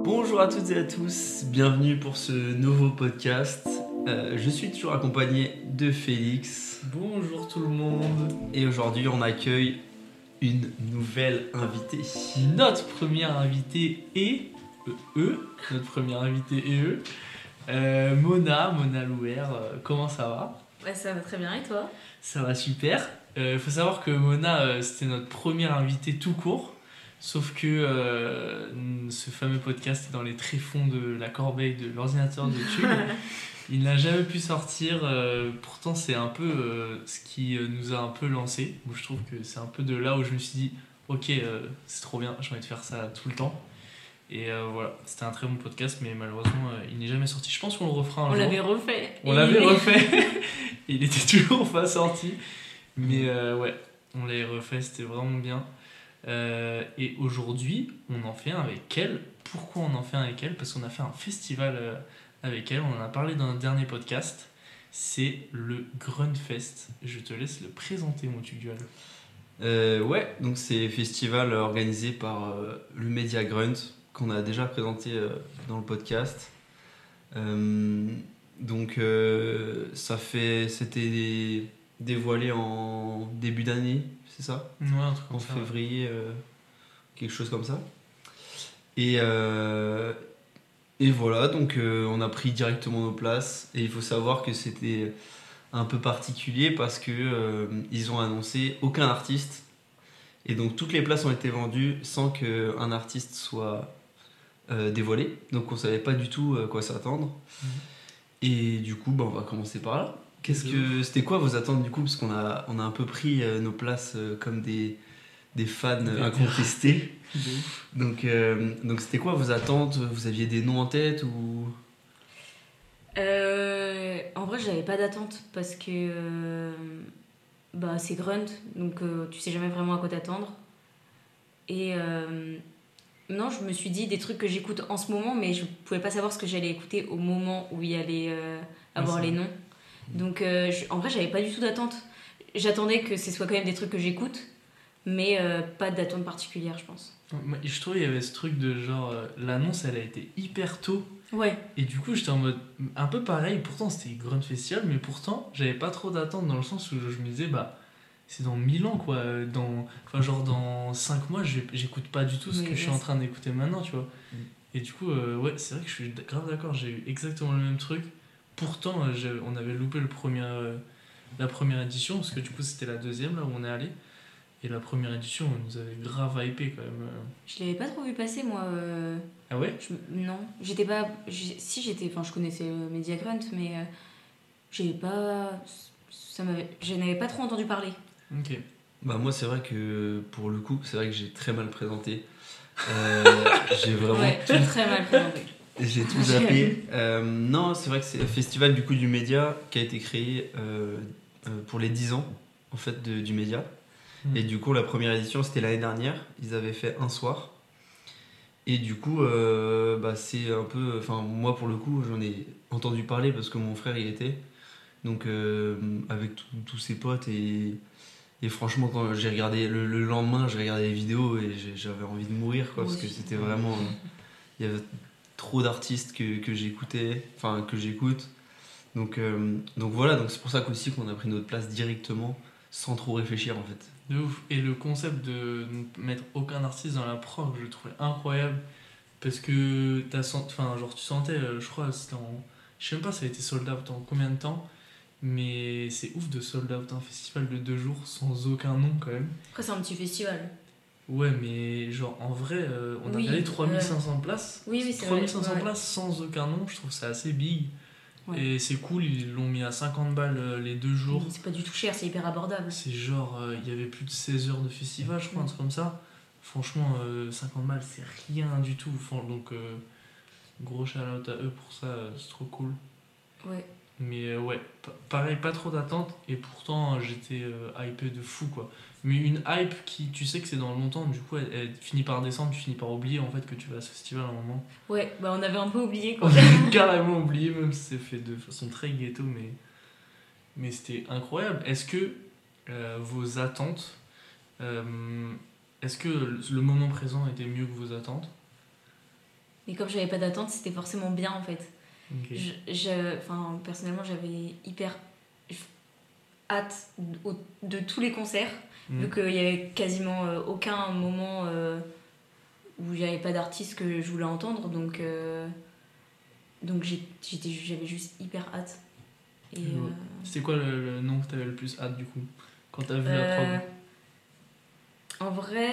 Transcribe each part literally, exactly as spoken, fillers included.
Bonjour à toutes et à tous, bienvenue pour ce nouveau podcast. Euh, je suis toujours accompagné de Félix. Bonjour tout le monde. Et aujourd'hui on accueille une nouvelle invitée. Notre première invitée est euh, eux, notre première invitée est eux. Euh, Mona, Mona Louer, euh, comment ça va ? Ouais, ça va très bien, et toi ? Ça va super. Il euh, faut savoir que Mona, euh, c'était notre première invitée tout court. Sauf que euh, ce fameux podcast est dans les tréfonds de la corbeille de l'ordinateur de Tulle. Il n'a jamais pu sortir. Euh, pourtant, c'est un peu euh, ce qui nous a un peu lancé. Moi, je trouve que c'est un peu de là où je me suis dit ok, euh, c'est trop bien, j'ai envie de faire ça tout le temps. Et euh, voilà, c'était un très bon podcast, mais malheureusement, euh, il n'est jamais sorti. Je pense qu'on le refera un On jour. l'avait refait. On l'avait est... refait. Il était toujours pas sorti. Mais euh, ouais, on l'avait refait, c'était vraiment bien. Euh, et aujourd'hui, on en fait un avec elle. Pourquoi on en fait un avec elle ? Parce qu'on a fait un festival euh, avec elle. On en a parlé dans notre dernier podcast. C'est le Grunfest. Je te laisse le présenter, mon Tugual. Euh, ouais, donc c'est un festival organisé par euh, le Média Grunt qu'on a déjà présenté euh, dans le podcast. Euh, donc euh, ça fait, c'était dévoilé en début d'année, c'est ça ? Ouais, un truc comme en ça. février, euh, quelque chose comme ça. Et, euh, et voilà, donc euh, on a pris directement nos places. Et il faut savoir que c'était un peu particulier parce que euh, ils ont annoncé aucun artiste. Et donc toutes les places ont été vendues sans qu'un artiste soit euh, dévoilé. Donc on savait pas du tout à quoi s'attendre. Mmh. Et du coup, bah, on va commencer par là. Qu'est-ce que, c'était quoi vos attentes du coup ? Parce qu'on a, on a un peu pris euh, nos places euh, comme des, des fans des incontestés. donc, euh, donc c'était quoi vos attentes ? Vous aviez des noms en tête ou... euh, En vrai, j'avais pas d'attente parce que euh, bah, c'est Grunt, donc euh, tu sais jamais vraiment à quoi t'attendre. Et euh, non, je me suis dit des trucs que j'écoute en ce moment, mais je pouvais pas savoir ce que j'allais écouter au moment où il y allait euh, avoir les noms. Donc euh, je, en vrai, j'avais pas du tout d'attente. J'attendais que ce soit quand même des trucs que j'écoute, mais euh, pas d'attente particulière, je pense. Je trouvais qu'il y avait ce truc de genre, euh, l'annonce elle a été hyper tôt. Ouais. Et du coup, j'étais en mode un peu pareil. Pourtant, c'était Grunt Festival, mais pourtant, j'avais pas trop d'attente dans le sens où je me disais, bah, c'est dans mille ans quoi. Dans, enfin, genre dans cinq mois, j'écoute pas du tout ce mais que je suis en train d'écouter maintenant, tu vois. Mm. Et du coup, euh, ouais, c'est vrai que je suis grave d'accord. J'ai eu exactement le même truc. Pourtant, euh, on avait loupé le premier, euh, la première édition, parce que du coup, c'était la deuxième là où on est allé. Et la première édition, on nous avait grave hypé quand même. Je l'avais pas trop vu passer, moi. Euh... Ah ouais ? je... Non, j'étais pas. J'ai... Si j'étais. Enfin, je connaissais euh, Media Grunt, mais euh, j'avais pas. Ça m'avait... Je n'avais pas trop entendu parler. Ok. Bah, moi, c'est vrai que pour le coup, c'est vrai que j'ai très mal présenté. Euh, j'ai vraiment. Ouais, tout très mal présenté. J'ai tout zappé. euh, non, c'est vrai que c'est le festival du coup du média qui a été créé euh, euh, pour les dix ans en fait, de, du média. Et du coup, la première édition, c'était l'année dernière. Ils avaient fait un soir. Et du coup, euh, bah, c'est un peu... Enfin, moi, pour le coup, j'en ai entendu parler parce que mon frère y était. Donc, euh, avec tous ses potes. Et, et franchement, quand j'ai regardé... Le, le lendemain, j'ai regardé les vidéos et j'avais envie de mourir, quoi. Parce que c'était vraiment... Il y avait trop d'artistes que, que j'écoutais. Enfin, que j'écoute. Donc, euh, donc voilà. Donc c'est pour ça qu'aussi qu'on a pris notre place directement sans trop réfléchir, en fait. De ouf. Et le concept de ne mettre aucun artiste dans la prog, je le trouvais incroyable. Parce que t'as sent... enfin, genre, tu sentais, je crois, c'était en... Je sais même pas, ça a été sold out en combien de temps. Mais c'est ouf de sold out un festival de deux jours sans aucun nom quand même. Après, c'est un petit festival. Ouais, mais genre, en vrai, euh, on oui, a gagné trois mille cinq cents euh... places. Oui, oui, c'est trois mille cinq cents vrai, places ouais. Sans aucun nom, je trouve ça assez big. Ouais. Et c'est cool, ils l'ont mis à cinquante balles les deux jours. C'est pas du tout cher, c'est hyper abordable. C'est genre, il euh, y avait plus de seize heures de festival, je crois, mmh. un truc comme ça. Franchement, euh, cinquante balles, c'est rien du tout. Donc, euh, gros shout-out à eux pour ça, euh, c'est trop cool. Ouais. Mais euh, ouais, p- pareil, pas trop d'attente. Et pourtant, j'étais euh, hypé de fou, quoi. Mais une hype qui, tu sais que c'est dans longtemps, du coup, elle, elle finit par descendre, tu finis par oublier en fait que tu vas à ce festival à un moment. Ouais, bah on avait un peu oublié quoi. On avait carrément oublié, même si c'est fait de façon très ghetto, mais, mais c'était incroyable. Est-ce que euh, vos attentes, euh, est-ce que le moment présent était mieux que vos attentes ? Mais comme j'avais pas d'attente, c'était forcément bien en fait. Ok. Je, je- enfin, personnellement, j'avais hyper hâte de, de tous les concerts, Mm. vu qu'il y avait quasiment euh, aucun moment euh, où j'avais pas d'artiste que je voulais entendre. Donc, euh, donc j'ai- j'étais, j'avais juste hyper hâte. Et, Je vois. euh, C'était quoi le, le nom que t'avais le plus hâte du coup quand t'as vu la euh, prog? en vrai,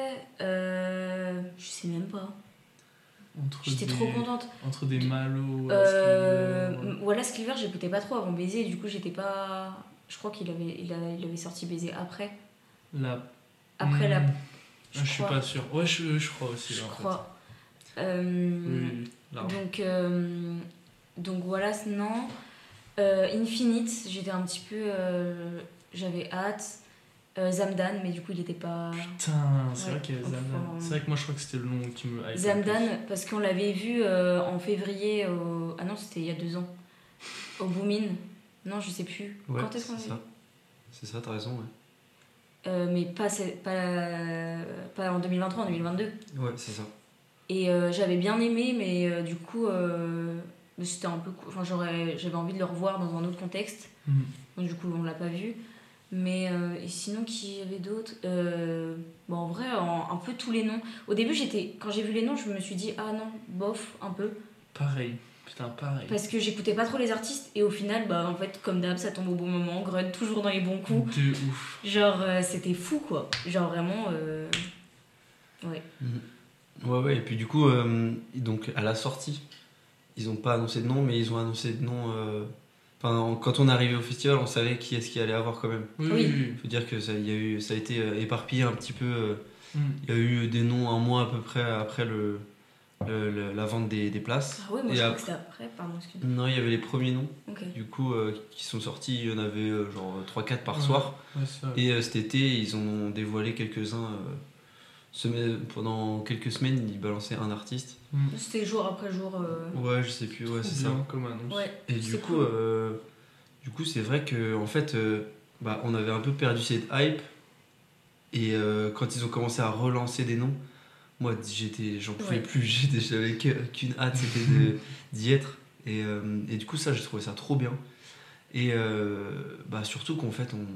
euh, je sais même pas. Entre J'étais des- trop contente. Entre des malos. Euh, Skyler, m- voilà, Sliver, j'écoutais pas trop avant Baiser, du coup j'étais pas. Je crois qu'il avait, il a- il avait sorti Baiser après. La... Après la. Hmm. Je Ah, je suis crois. pas sûr. Ouais, je, je crois aussi. Je en fait. crois. Euh, Oui, oui, oui, large. donc, euh, donc voilà, non. Euh, Infinite, j'étais un petit peu. euh, J'avais hâte. Euh, Zamdan, mais du coup il était pas. Putain, c'est Ouais, vrai qu'il y avait Zamdan. enfin, C'est vrai que moi je crois que c'était le nom qui me hype. le Zamdan, parce qu'on l'avait vu euh, en février. Au... Ah non, c'était il y a deux ans. Au Boomin. Non, je sais plus. Ouais, Quand est-ce qu'on c'est l'avait ça. C'est ça, t'as raison, ouais. Euh, mais pas, c'est- pas, pas en deux mille vingt-trois, en deux mille vingt-deux. Ouais, c'est ça. Et euh, j'avais bien aimé, mais euh, du coup, euh, c'était un peu. cou- Enfin, j'aurais, j'avais envie de le revoir dans un autre contexte. plus. Hmm. Donc, du coup, on l'a pas vu. Mais euh, et sinon, qui y avait d'autres euh, Bon, en vrai, en- un peu tous les noms. Au début, j'étais, quand j'ai vu les noms, je me suis dit, ah non, bof, un peu. Pareil. Putain, pareil. Parce que j'écoutais pas trop les artistes. Et au final, bah, en fait, comme d'hab, ça tombe au bon moment. Grud, toujours dans les bons coups. De ouf. Genre, euh, c'était fou, quoi. Genre, vraiment. euh, Ouais. Mhm. Ouais, ouais, et puis du coup, euh, donc à la sortie, ils ont pas annoncé de nom, mais ils ont annoncé de nom. euh, Enfin, en- quand on est arrivé au festival, on savait qui est-ce qu'il allait avoir quand même. Oui, Oui. oui, oui. Il faut dire que ça, il y a eu, ça a été euh, éparpillé un petit peu. euh, Hmm. Il y a eu des noms un mois à peu près après le, le- le- la vente des, des places. Ah ouais, moi Et je crois après- que c'était après, pardon, excuse-moi. Non, il y avait les premiers noms, Ok. du coup, euh, qui sont sortis. Il y en avait euh, genre trois quatre par Ouais. soir. Ouais, c'est ça. Et euh, cet été, ils en ont dévoilé quelques-uns. euh, semaine- pendant quelques semaines, ils balançaient un artiste. Hmm. C'était jour après jour. euh, Ouais, je sais plus, ouais, Trop c'est ça. bien comme annonce. Ouais. Et du c'est coup, cool. euh, du coup, c'est vrai que en fait, euh, bah, on avait un peu perdu cette hype. Et euh, quand ils ont commencé à relancer des noms, moi, j'étais, j'en pouvais Ouais. plus. J'étais, j'avais que- qu'une hâte, c'était de- d'y être. Et, euh, et du coup, ça, j'ai trouvé ça trop bien. Et euh, bah, surtout qu'en fait, on,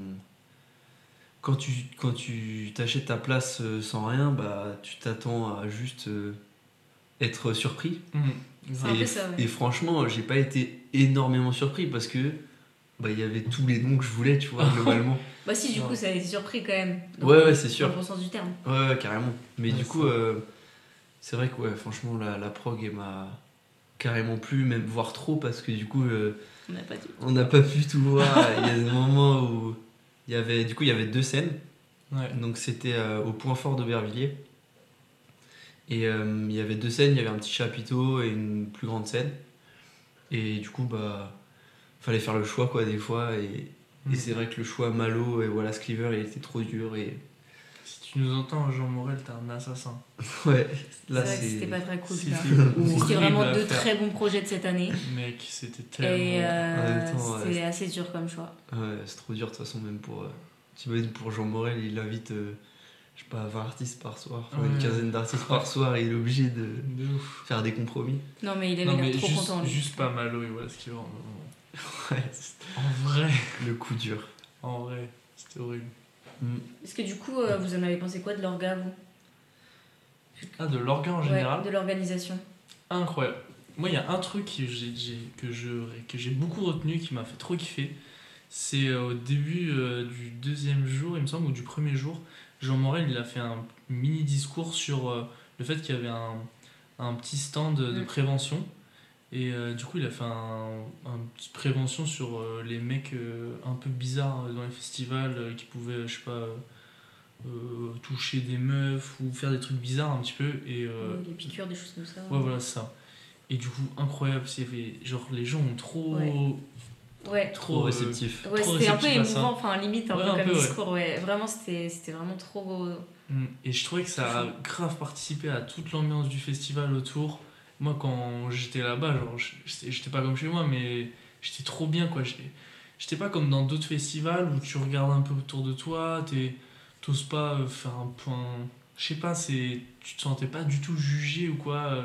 quand tu, quand tu t'achètes ta place euh, sans rien, bah, tu t'attends à juste euh, être surpris. Hmm. C'est un Et, peu ça, ouais. et franchement, j'ai pas été énormément surpris parce que bah, il y avait tous les noms que je voulais, tu vois, globalement. Bah si, du Ouais. coup, ça a été surpris quand même. Dans Ouais, le- ouais, c'est sûr. Dans le bon sens du terme. Ouais, ouais, carrément. Mais Ouais, du c'est coup, ça. euh, c'est vrai que ouais, franchement, la, la prog, elle m'a carrément plu, même voire trop, parce que du coup, euh, On n'a pas dit. on n'a pas pu tout voir. Il y a des moments où il y avait, du coup, il y avait deux scènes. Ouais. Donc c'était euh, au point fort d'Aubervilliers. Et euh, il y avait deux scènes, il y avait un petit chapiteau et une plus grande scène. Et du coup, bah, fallait faire le choix, quoi, des fois. Et, Hmm. et c'est vrai que le choix Malo et Wallace Cleaver, il était trop dur. Et Si tu nous entends, Jean Morel, t'es un assassin. ouais, C'est là, vrai que c'est. c'était pas très cool. C'était ça. horrible C'était vraiment à deux faire. très bons projets de cette année. Mec, c'était tellement. Et euh, En même temps, ouais, c'était c'est- assez dur comme choix. Ouais, c'est trop dur, de toute façon, même pour. euh, T'imagines, pour Jean Morel, il invite, euh, je sais pas, vingt artistes par soir, enfin, une Ouais. quinzaine d'artistes par soir, et il est obligé de De ouf. faire des compromis. Non, mais il avait Non, l'air mais trop juste, content. lui. juste pas Malo et voilà ce qu'il veut. Ouais, En vrai, le coup dur. en vrai, c'était horrible. Mm. Est-ce que du coup, euh, vous en avez pensé quoi de l'orga, vous Ah, de l'orga en Ouais, général, de l'organisation. incroyable. Moi, il y a un truc que j'ai, j'ai- que je, que j'ai beaucoup retenu, qui m'a fait trop kiffer. C'est euh, au début euh, du deuxième jour, il me semble, ou du premier jour, Jean Morel, il a fait un mini discours sur euh, le fait qu'il y avait un, un petit stand de Mm. prévention. Et euh, du coup, il a fait un, un petite prévention sur euh, les mecs euh, un peu bizarres dans les festivals euh, qui pouvaient, je sais pas, euh, euh, toucher des meufs ou faire des trucs bizarres un petit peu. Et, euh, Oui, les piqûres, des choses comme ça. ouais, voilà, c'est ça. Et du coup, incroyable, c'est fait, genre les gens ont trop. Ouais. Ouais. Trop, Trop euh, réceptif. Ouais, trop c'était un peu réceptif à ça. émouvant, enfin limite un Ouais, peu un comme peu, ouais. discours, ouais. Vraiment, c'était c'était vraiment trop. Mm. Et je trouvais que ça a grave participé à toute l'ambiance du festival autour. Moi, quand j'étais là-bas, genre, j'étais j'étais pas comme chez moi, mais j'étais trop bien, quoi. J'étais j'étais pas comme dans d'autres festivals où tu regardes un peu autour de toi, t'es- t'oses pas euh, faire un point. Je sais pas, c'est tu te sentais pas du tout jugé ou quoi. euh.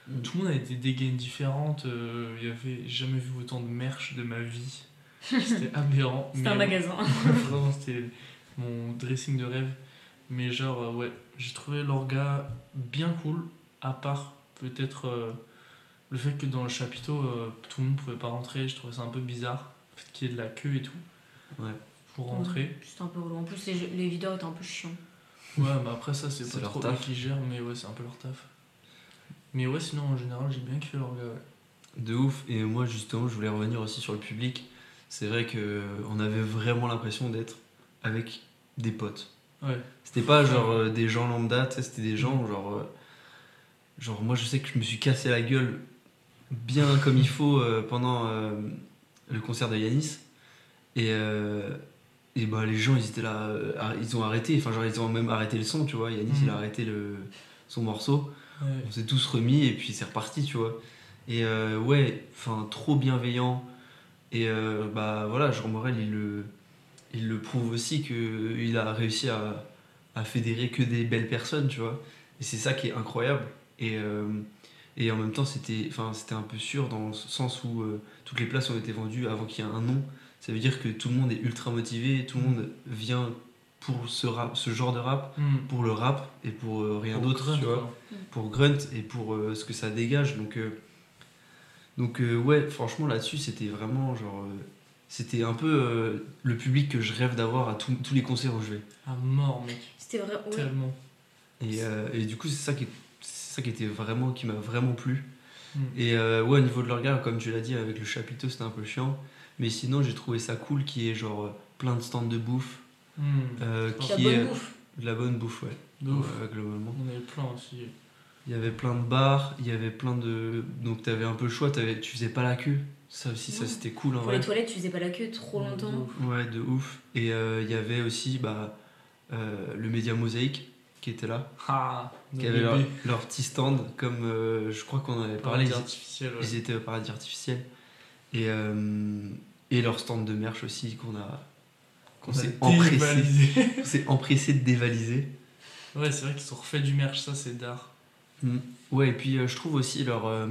Mm. Tout le monde avait des dégaines différentes. Euh, il y avait j'ai jamais vu autant de merch de ma vie. C'était aberrant. C'était un mais- magasin. Vraiment, c'était mon dressing de rêve. Mais genre, euh, ouais, j'ai trouvé l'orga bien cool, à part peut-être euh, le fait que dans le chapiteau, euh, tout le monde pouvait pas rentrer. Je trouvais ça un peu bizarre, le fait qu'il y ait de la queue et tout Ouais. pour rentrer. C'était un peu relou. En plus, les, jeux- les videurs étaient un peu chiants. Ouais, mais après ça, c'est C'est pas leur trop eux taf. qui gèrent, mais ouais, c'est un peu leur taf. Mais ouais, sinon, en général, j'ai bien kiffé l'orga, ouais. De ouf. Et moi, justement, je voulais revenir aussi sur le public. C'est vrai qu'on avait vraiment l'impression d'être avec des potes. Ouais. C'était pas genre euh, des gens lambda, tu sais, c'était des gens Mhm. genre. euh, genre, moi, je sais que je me suis cassé la gueule bien comme il faut euh, pendant euh, le concert de Yanis. Et, euh, et bah, les gens, ils étaient là, euh, ar- ils ont arrêté, enfin, genre, ils ont même arrêté le son, tu vois. Yanis, Mhm. il a arrêté le, son morceau. Ouais. On s'est tous remis et puis c'est reparti, tu vois. Et euh, ouais, enfin, trop bienveillant. Et euh, bah voilà, Jean Morel, il le, il le prouve aussi qu'il a réussi à, à fédérer que des belles personnes, tu vois. Et c'est ça qui est incroyable. Et, euh, et en même temps, c'était, enfin, c'était un peu sûr dans le sens où euh, toutes les places ont été vendues avant qu'il y ait un nom. Ça veut dire que tout le monde est ultra motivé, tout le monde vient pour ce, rap, ce genre de rap, Mhm. pour le rap et pour euh, rien Pour d'autre, Grunt, tu vois. quoi. Pour Grunt et pour euh, ce que ça dégage. Donc, euh, donc euh, ouais, franchement, là-dessus, c'était vraiment genre. euh, c'était un peu euh, le public que je rêve d'avoir à tous tous les concerts où je vais. À mort, mec. C'était vrai. Ouais. Tellement. Et, euh, et du coup, c'est ça qui, est- c'est ça qui était vraiment, qui m'a vraiment plu. Mhm. Et euh, ouais, au niveau de l'orga, comme tu l'as dit, avec le chapiteau, c'était un peu chiant. Mais sinon, j'ai trouvé ça cool qu'il y ait genre euh, plein de stands de bouffe. Mhm. euh, La qui bonne est bouffe. de la bonne bouffe, ouais. De ouf. Ouais, globalement. On avait plein aussi. Il y avait plein de bars, il y avait plein de. Donc t'avais un peu le choix, t'avais... tu faisais pas la queue. Ça aussi, ça Ouais. c'était cool en Pour vrai. les toilettes, tu faisais pas la queue trop De longtemps. ouf. Ouais, de ouf. Et euh, il y avait aussi bah, euh, le Média Mosaïque qui était là, Ah, nos qui avait leur, bébés. leur petit stand, comme euh, je crois qu'on en avait parlé. Paradis Ils, artificiel, ouais. ils étaient au paradis artificiel. Et, euh, et leur stand de merch aussi qu'on a. Qu'on On a s'est empressé, dévalisé. on s'est empressé de dévaliser. Ouais, c'est vrai qu'ils ont refait du merch, ça c'est d'art. Mm. Ouais, et puis euh, je trouve aussi leur. euh,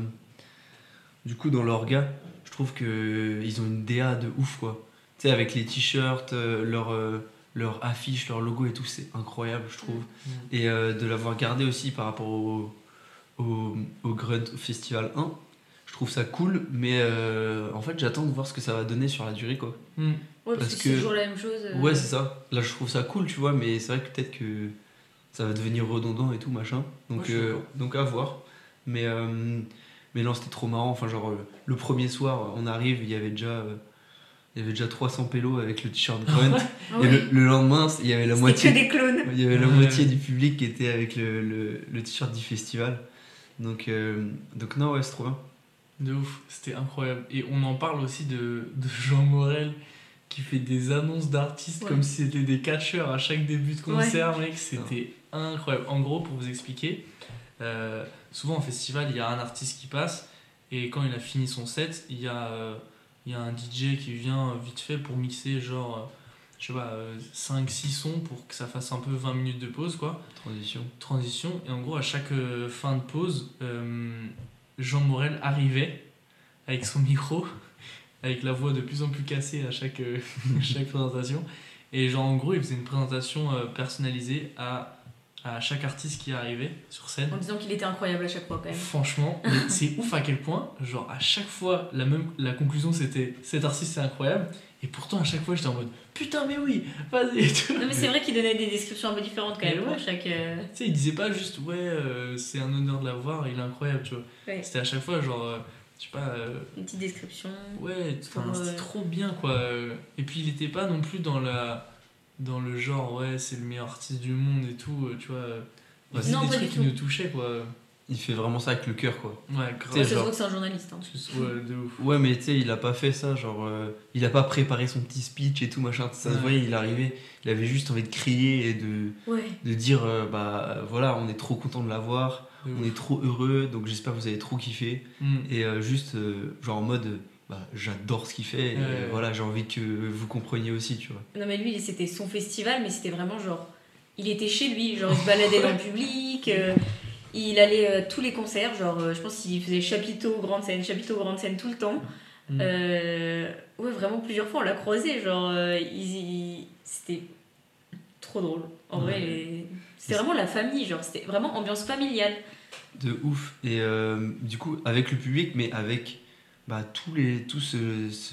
du coup, dans l'orga, je trouve qu'ils ont une D A de ouf, quoi. Tu sais, avec les t-shirts, euh, leur, euh, leur affiche, leur logo et tout, c'est incroyable, je trouve. Et euh, de l'avoir gardé aussi par rapport au, au, au Grunt Festival un, je trouve ça cool, mais euh, en fait, j'attends de voir ce que ça va donner sur la durée, quoi. Mm. Ouais, parce, Parce que, c'est que- toujours la même chose. euh. Ouais, c'est ça. Là, je trouve ça cool, tu vois, mais c'est vrai que peut-être que ça va devenir redondant et tout, machin. Donc, Ouais, je suis euh, d'accord. donc à voir. Mais, euh, mais non, c'était trop marrant. Enfin, genre, euh, le premier soir, on arrive, il y avait déjà, euh, il y avait déjà trois cents pélos avec le t-shirt Grunt. Ah Et ouais. le, le lendemain, il y avait la C'était moitié, que des clones. il y avait la Ouais. moitié du public qui était avec le, le, le t-shirt du festival. Donc, euh, donc non, ouais, c'est trop bien. De ouf, c'était incroyable. Et on en parle aussi de, de Jean Morel qui fait des annonces d'artistes Ouais. comme si c'était des catcheurs à chaque début de concert, mec. C'était incroyable. En gros, pour vous expliquer, euh, souvent en festival, il y a un artiste qui passe et quand il a fini son set, il y a, euh, il y a un D J qui vient vite fait pour mixer genre, euh, je sais pas, cinq six sons pour que ça fasse un peu vingt minutes de pause, quoi. Transition. Transition. Et en gros, à chaque euh, fin de pause, euh, Jean Morel arrivait avec son micro, avec la voix de plus en plus cassée à chaque, euh, chaque présentation. Et genre, en gros, il faisait une présentation euh, personnalisée à, à chaque artiste qui arrivait sur scène. En disant qu'il était incroyable à chaque fois quand même. Franchement, mais c'est ouf à quel point, genre, à chaque fois, la, même, la conclusion c'était cet artiste c'est incroyable. Et pourtant, à chaque fois, j'étais en mode putain, mais oui, vas-y. et tout. Non mais c'est vrai qu'il donnait des descriptions un peu différentes quand Mais même ouais. pour chaque. euh, Tu sais, il disait pas juste ouais, euh, c'est un honneur de l'avoir, il est incroyable, tu vois. Ouais. C'était à chaque fois genre, euh, je sais pas, euh, Une petite description. ouais, enfin, Pour, c'était euh, trop bien quoi. euh. Et puis il était pas non plus dans la dans le genre ouais, c'est le meilleur artiste du monde et tout, euh, tu vois. Il Ouais, faisait non, des pas trucs du qui tout. nous touchaient quoi. Il fait vraiment ça avec le cœur, quoi. Ouais, Ouais, grave. T'sais, ça se genre- voit que c'est un journaliste. Hein. Ouais, de ouf. Ouais, mais tu sais, il a pas fait ça, genre, euh, il a pas préparé son petit speech et tout, machin. Ça se Ouais. voyait, il arrivait, il avait juste envie de crier et de, Ouais. de dire, euh, bah voilà, on est trop content de l'avoir, De on ouf. est trop heureux, donc j'espère que vous avez trop kiffé. Mm. Et euh, juste, euh, genre en mode, euh, bah j'adore ce qu'il fait, et Ouais. euh, voilà, j'ai envie que vous compreniez aussi, tu vois. Non mais lui c'était son festival mais c'était vraiment genre il était chez lui genre il se baladait dans le public euh, il allait euh, tous les concerts, genre euh, je pense qu'il faisait chapiteau, grande scène, chapiteau, grande scène tout le temps. Mm. Euh, ouais, vraiment plusieurs fois on l'a croisé, genre euh, il, il, c'était trop drôle. En ouais. vrai, les... c'était vraiment la famille, genre c'était vraiment ambiance familiale. De ouf. Et euh, du coup, avec le public, mais avec bah, tous, les, tous, ce, ce,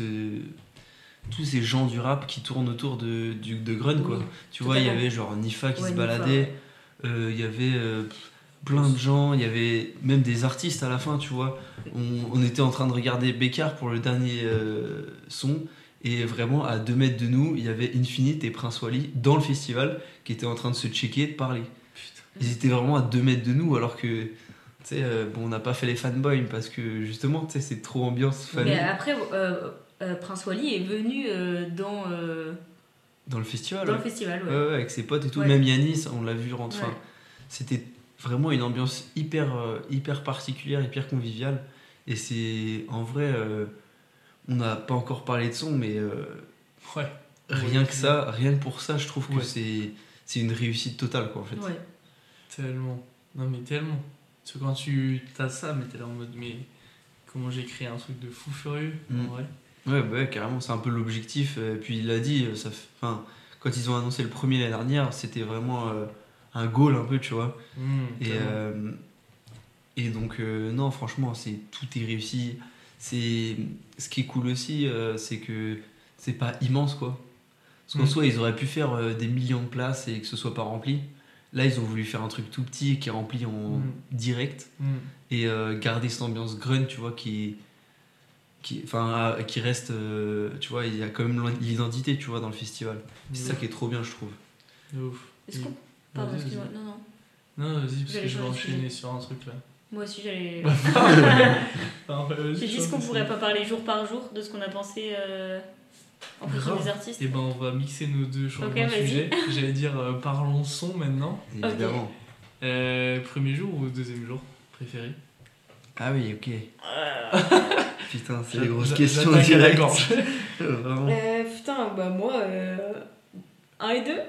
tous ces gens du rap qui tournent autour de, du, de Grun, quoi. Oui, tu vois, il y avait genre Nifa qui ouais, se baladait, il ouais. euh, y avait euh, plein de gens, il y avait même des artistes à la fin, tu vois. On, on était en train de regarder Bécard pour le dernier euh, son, et vraiment à deux mètres de nous, il y avait Infinite et Prince Wally dans le festival qui étaient en train de se checker, de parler. Putain. Ils étaient vraiment à deux mètres de nous, alors que. Tu sais, euh, bon, on n'a pas fait les fanboys parce que justement, tu sais, c'est trop ambiance famille. Mais après, euh, euh, Prince Wally est venu euh, dans. Euh... Dans le festival. Dans ouais. le festival, ouais. ouais. Ouais, avec ses potes et tout. Ouais. Même Yanis, on l'a vu rentrer. Ouais. Enfin, c'était vraiment une ambiance hyper, euh, hyper particulière, hyper conviviale. Et c'est. En vrai, euh, on n'a pas encore parlé de son, mais. Euh, ouais. Rien ouais, que ça, rien que pour ça, je trouve ouais. que c'est, c'est une réussite totale, quoi, en fait. Ouais. Tellement. Non, mais tellement. Parce que quand tu as ça, mais t'es là en mode, mais comment j'ai créé un truc de fou furieux, mmh. en vrai. Ouais, bah ouais, carrément, c'est un peu l'objectif. Et puis il l'a dit, ça fait, enfin, quand ils ont annoncé le premier l'année dernière, c'était vraiment euh, un goal un peu, tu vois. Mmh, et, euh, et donc, euh, non, franchement, c'est, tout est réussi. C'est, ce qui est cool aussi, euh, c'est que c'est pas immense, quoi. Parce qu'en mmh. soi, ils auraient pu faire euh, des millions de places et que ce soit pas rempli. Là, ils ont voulu faire un truc tout petit qui est rempli en mmh. direct mmh. et euh, garder cette ambiance grunge, tu vois, qui, qui, enfin, qui reste, euh, tu vois, il y a quand même l'identité, tu vois, dans le festival. C'est mmh. ça qui est trop bien, je trouve. Ouf. Est-ce qu'on... Pardon, vas-y, excuse-moi, non, non. Non, vas-y, parce j'allais que je vais enchaîner sur un truc, là. Moi aussi, j'allais... enfin, J'ai dit, est-ce qu'on pourrait pas parler jour par jour de ce qu'on a pensé... Euh... En fonction des artistes. Et ben on va mixer nos deux changements okay, de sujet. J'allais dire euh, parlons son maintenant. Évidemment. Okay. Euh, premier jour ou deuxième jour préféré? Ah oui, ok. Euh... Putain, c'est les grosses questions directes. Vraiment. Euh, putain, bah moi, euh... un et deux.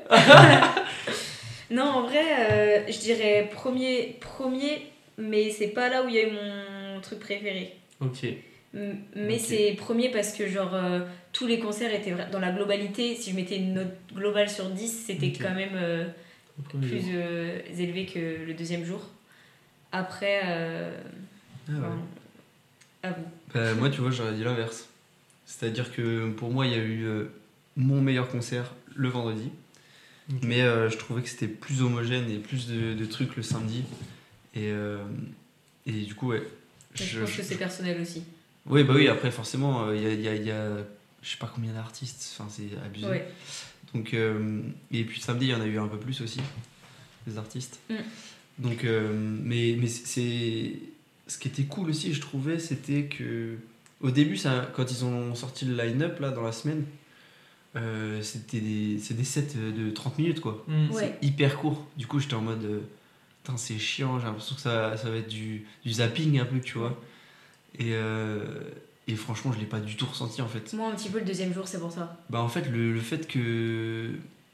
Non, en vrai, euh, je dirais premier, premier, mais c'est pas là où il y a eu mon truc préféré. Ok. Mais okay. c'est premier parce que genre euh, tous les concerts étaient dans la globalité. Si je mettais une note globale sur dix, c'était okay. quand même euh, plus euh, élevé que le deuxième jour. Après, euh, ah ouais. ben, à vous. Bah, moi, tu vois, j'aurais dit l'inverse. C'est-à-dire que pour moi, il y a eu euh, mon meilleur concert le vendredi. Okay. Mais euh, je trouvais que c'était plus homogène et plus de, de trucs le samedi. Et, euh, et du coup, ouais. Je, je pense je, que c'est personnel aussi. Oui, bah oui, après, forcément, il euh, y, a, y, a, y a je sais pas combien d'artistes, enfin, c'est abusé. Ouais. Donc, euh, et puis samedi, il y en a eu un peu plus aussi, des artistes. Mm. Donc, euh, mais, mais c'est. Ce qui était cool aussi, je trouvais, c'était que. Au début, ça, quand ils ont sorti le line-up, là, dans la semaine, euh, c'était des, c'est des sets de trente minutes, quoi. Mm. C'est ouais. hyper court. Du coup, j'étais en mode. Euh, putain, c'est chiant, j'ai l'impression que ça, ça va être du, du zapping un peu, tu vois. Et, euh, et franchement, je l'ai pas du tout ressenti en fait. Moi, un petit peu le deuxième jour, c'est pour ça. Bah, en fait, le, le fait que.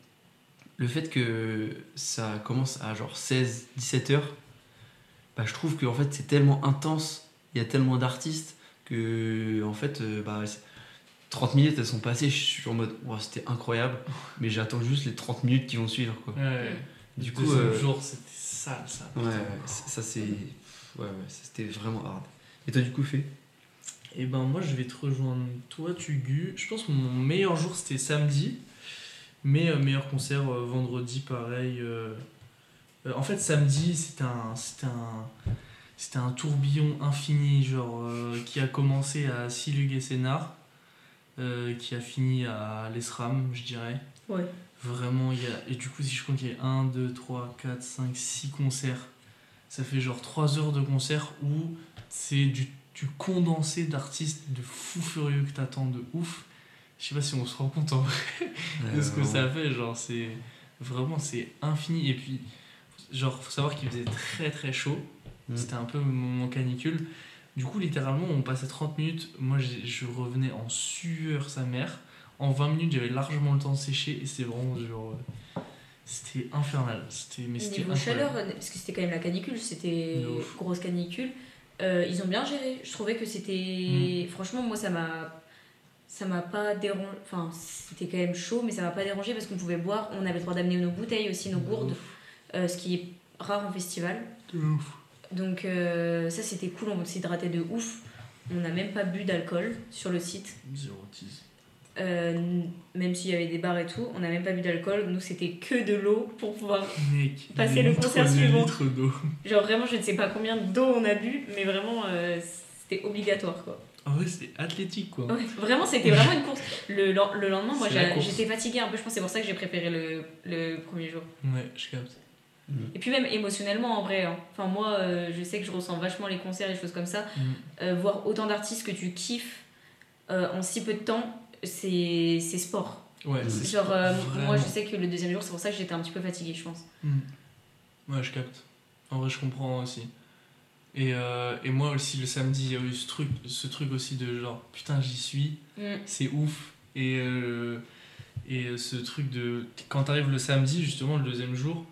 Le fait que ça commence à genre seize dix-sept heures, bah, je trouve que en fait, c'est tellement intense, il y a tellement d'artistes que en fait, euh, bah, trente minutes elles sont passées, je suis en mode, wow, c'était incroyable, mais j'attends juste les trente minutes qui vont suivre, quoi. Ouais, du le coup. deuxième euh, jour, c'était sale, ça. Ouais, ouais, ça c'est. Ouais, ouais, c'était vraiment hard. Et toi, du coup, fait? Et ben moi, je vais te rejoindre. Toi, Tugu. Je pense que mon meilleur jour, c'était samedi. Mais euh, meilleur concert, euh, vendredi, pareil. Euh... Euh, en fait, samedi, c'était un, c'était un, c'était un tourbillon infini, genre, euh, qui a commencé à Silug et Sénart, euh, qui a fini à l'Esram, je dirais. Ouais. Vraiment, il y a... Et du coup, si je compte, il y a un, deux, trois, quatre, cinq, six concerts. Ça fait genre trois heures de concert où c'est du, du condensé d'artistes de fou furieux que t'attends de ouf. Je sais pas si on se rend compte en vrai euh, de ce que ça fait. Genre, c'est vraiment, c'est infini. Et puis, genre, faut savoir qu'il faisait très très chaud. Mmh. C'était un peu mon moment canicule. Du coup, littéralement, on passait trente minutes. Moi, je revenais en sueur sa mère. En vingt minutes, j'avais largement le temps de sécher. Et c'est vraiment genre. C'était infernal. C'était, mais c'était Niveau incroyable. chaleur, parce que c'était quand même la canicule, c'était De ouf. grosse canicule. Euh, ils ont bien géré. Je trouvais que c'était. Mm. Franchement, moi, ça m'a. Ça m'a pas dérangé. Enfin, c'était quand même chaud, mais ça m'a pas dérangé parce qu'on pouvait boire. On avait le droit d'amener nos bouteilles aussi, nos De gourdes, ouf. euh, ce qui est rare en festival. De ouf. Donc, euh, ça, c'était cool. On s'hydratait de ouf. On n'a même pas bu d'alcool sur le site. Zéro tease. Euh, même s'il y avait des bars et tout, on n'a même pas bu d'alcool. Nous, c'était que de l'eau pour pouvoir. Mec, Passer des le litres concert de suivant. litres d'eau. Genre, vraiment, je ne sais pas combien d'eau on a bu, mais vraiment, euh, c'était obligatoire, quoi. En vrai, c'était athlétique, quoi. Ouais, vraiment, c'était vraiment une course. Le, le le lendemain, moi, C'est la j'ai- course. j'étais fatiguée un peu. Je pense que c'est pour ça que j'ai préféré le, le premier jour. Ouais, je capte. Et puis même émotionnellement, en vrai. Hein. Enfin, moi, euh, je sais que je ressens vachement les concerts et des choses comme ça. Mm. Euh, voir autant d'artistes que tu kiffes euh, en si peu de temps, c'est c'est sport. Ouais, Mm. c'est Genre, euh, vraiment- moi, je sais que le deuxième jour, c'est pour ça que j'étais un petit peu fatiguée, je pense. Mm. Ouais, je capte. En vrai, je comprends aussi. Et, euh, et moi aussi, le samedi, il y a eu ce truc, ce truc aussi de genre, putain, j'y suis, Mm. c'est ouf. Et, euh, et ce truc de. Quand t'arrives le samedi, justement, le deuxième jour,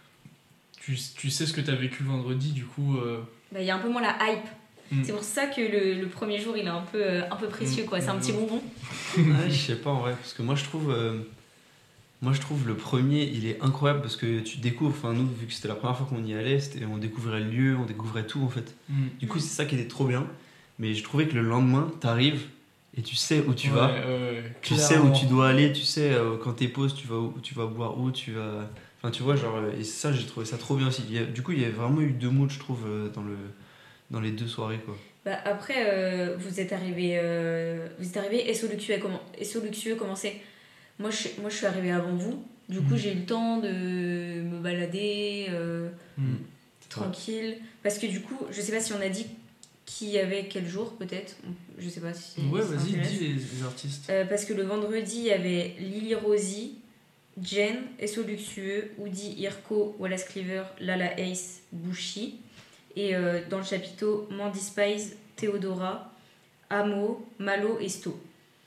tu, tu sais ce que t'as vécu le vendredi, du coup. euh, Bah, il y a un peu moins la hype. Mm. C'est pour ça que le, le premier jour, il est un peu, euh, un peu précieux, Mm. quoi. C'est un petit bonbon. Ouais, je sais pas en vrai, parce que moi je trouve, euh, moi je trouve le premier il est incroyable parce que tu découvres, enfin nous vu que c'était la première fois qu'on y allait, c'était, on découvrait le lieu, on découvrait tout en fait. Mm. Du coup c'est ça qui était trop bien, mais je trouvais que le lendemain t'arrives et tu sais où tu Ouais, vas, ouais, ouais, tu sais clairement. où tu dois aller, tu sais euh, quand t'es pause tu vas où, tu vas boire où, tu vas, enfin tu vois genre euh, et ça j'ai trouvé ça trop bien aussi. Il y a- du coup il y a vraiment eu deux moods je trouve euh, dans le dans les deux soirées quoi. Bah, après, euh, vous êtes arrivé, euh, vous êtes arrivé et Luxueux a commen- Esso Luxueux commençait. Moi je, moi, je suis arrivée avant vous. Du coup, Mhm. j'ai eu le temps de me balader euh, Mm. tranquille. Parce que du coup, je sais pas si on a dit qui y avait quel jour, peut-être. Je sais pas si. Ouais, ça vas-y, intéresse. dis les, les artistes. Euh, parce que le vendredi, il y avait Lily Rosy, Jen, Esso Luxueux, Woody, Irko, Wallace Cleaver, Lala Ace, Bushi. Et euh, dans le chapiteau, Mandy Spice, Theodora, Amo, Malo et Sto.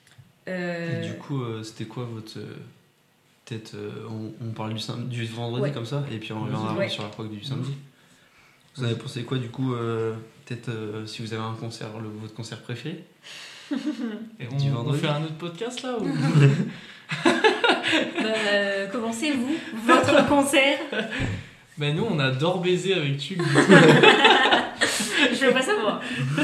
Euh, Et du coup, euh, c'était quoi votre. euh, Peut-être. euh, on, on parle du, sam- du vendredi Ouais. comme ça, et puis on Vas-y. reviendra Ouais. sur la prog du samedi. Vous avez pensé quoi du coup euh, Peut-être euh, si vous avez un concert, le- votre concert préféré Et Du on, on vendredi. fait un autre podcast là ou... bah, euh, commencez-vous votre concert. Bah nous on adore baiser avec Tug. Je veux pas savoir.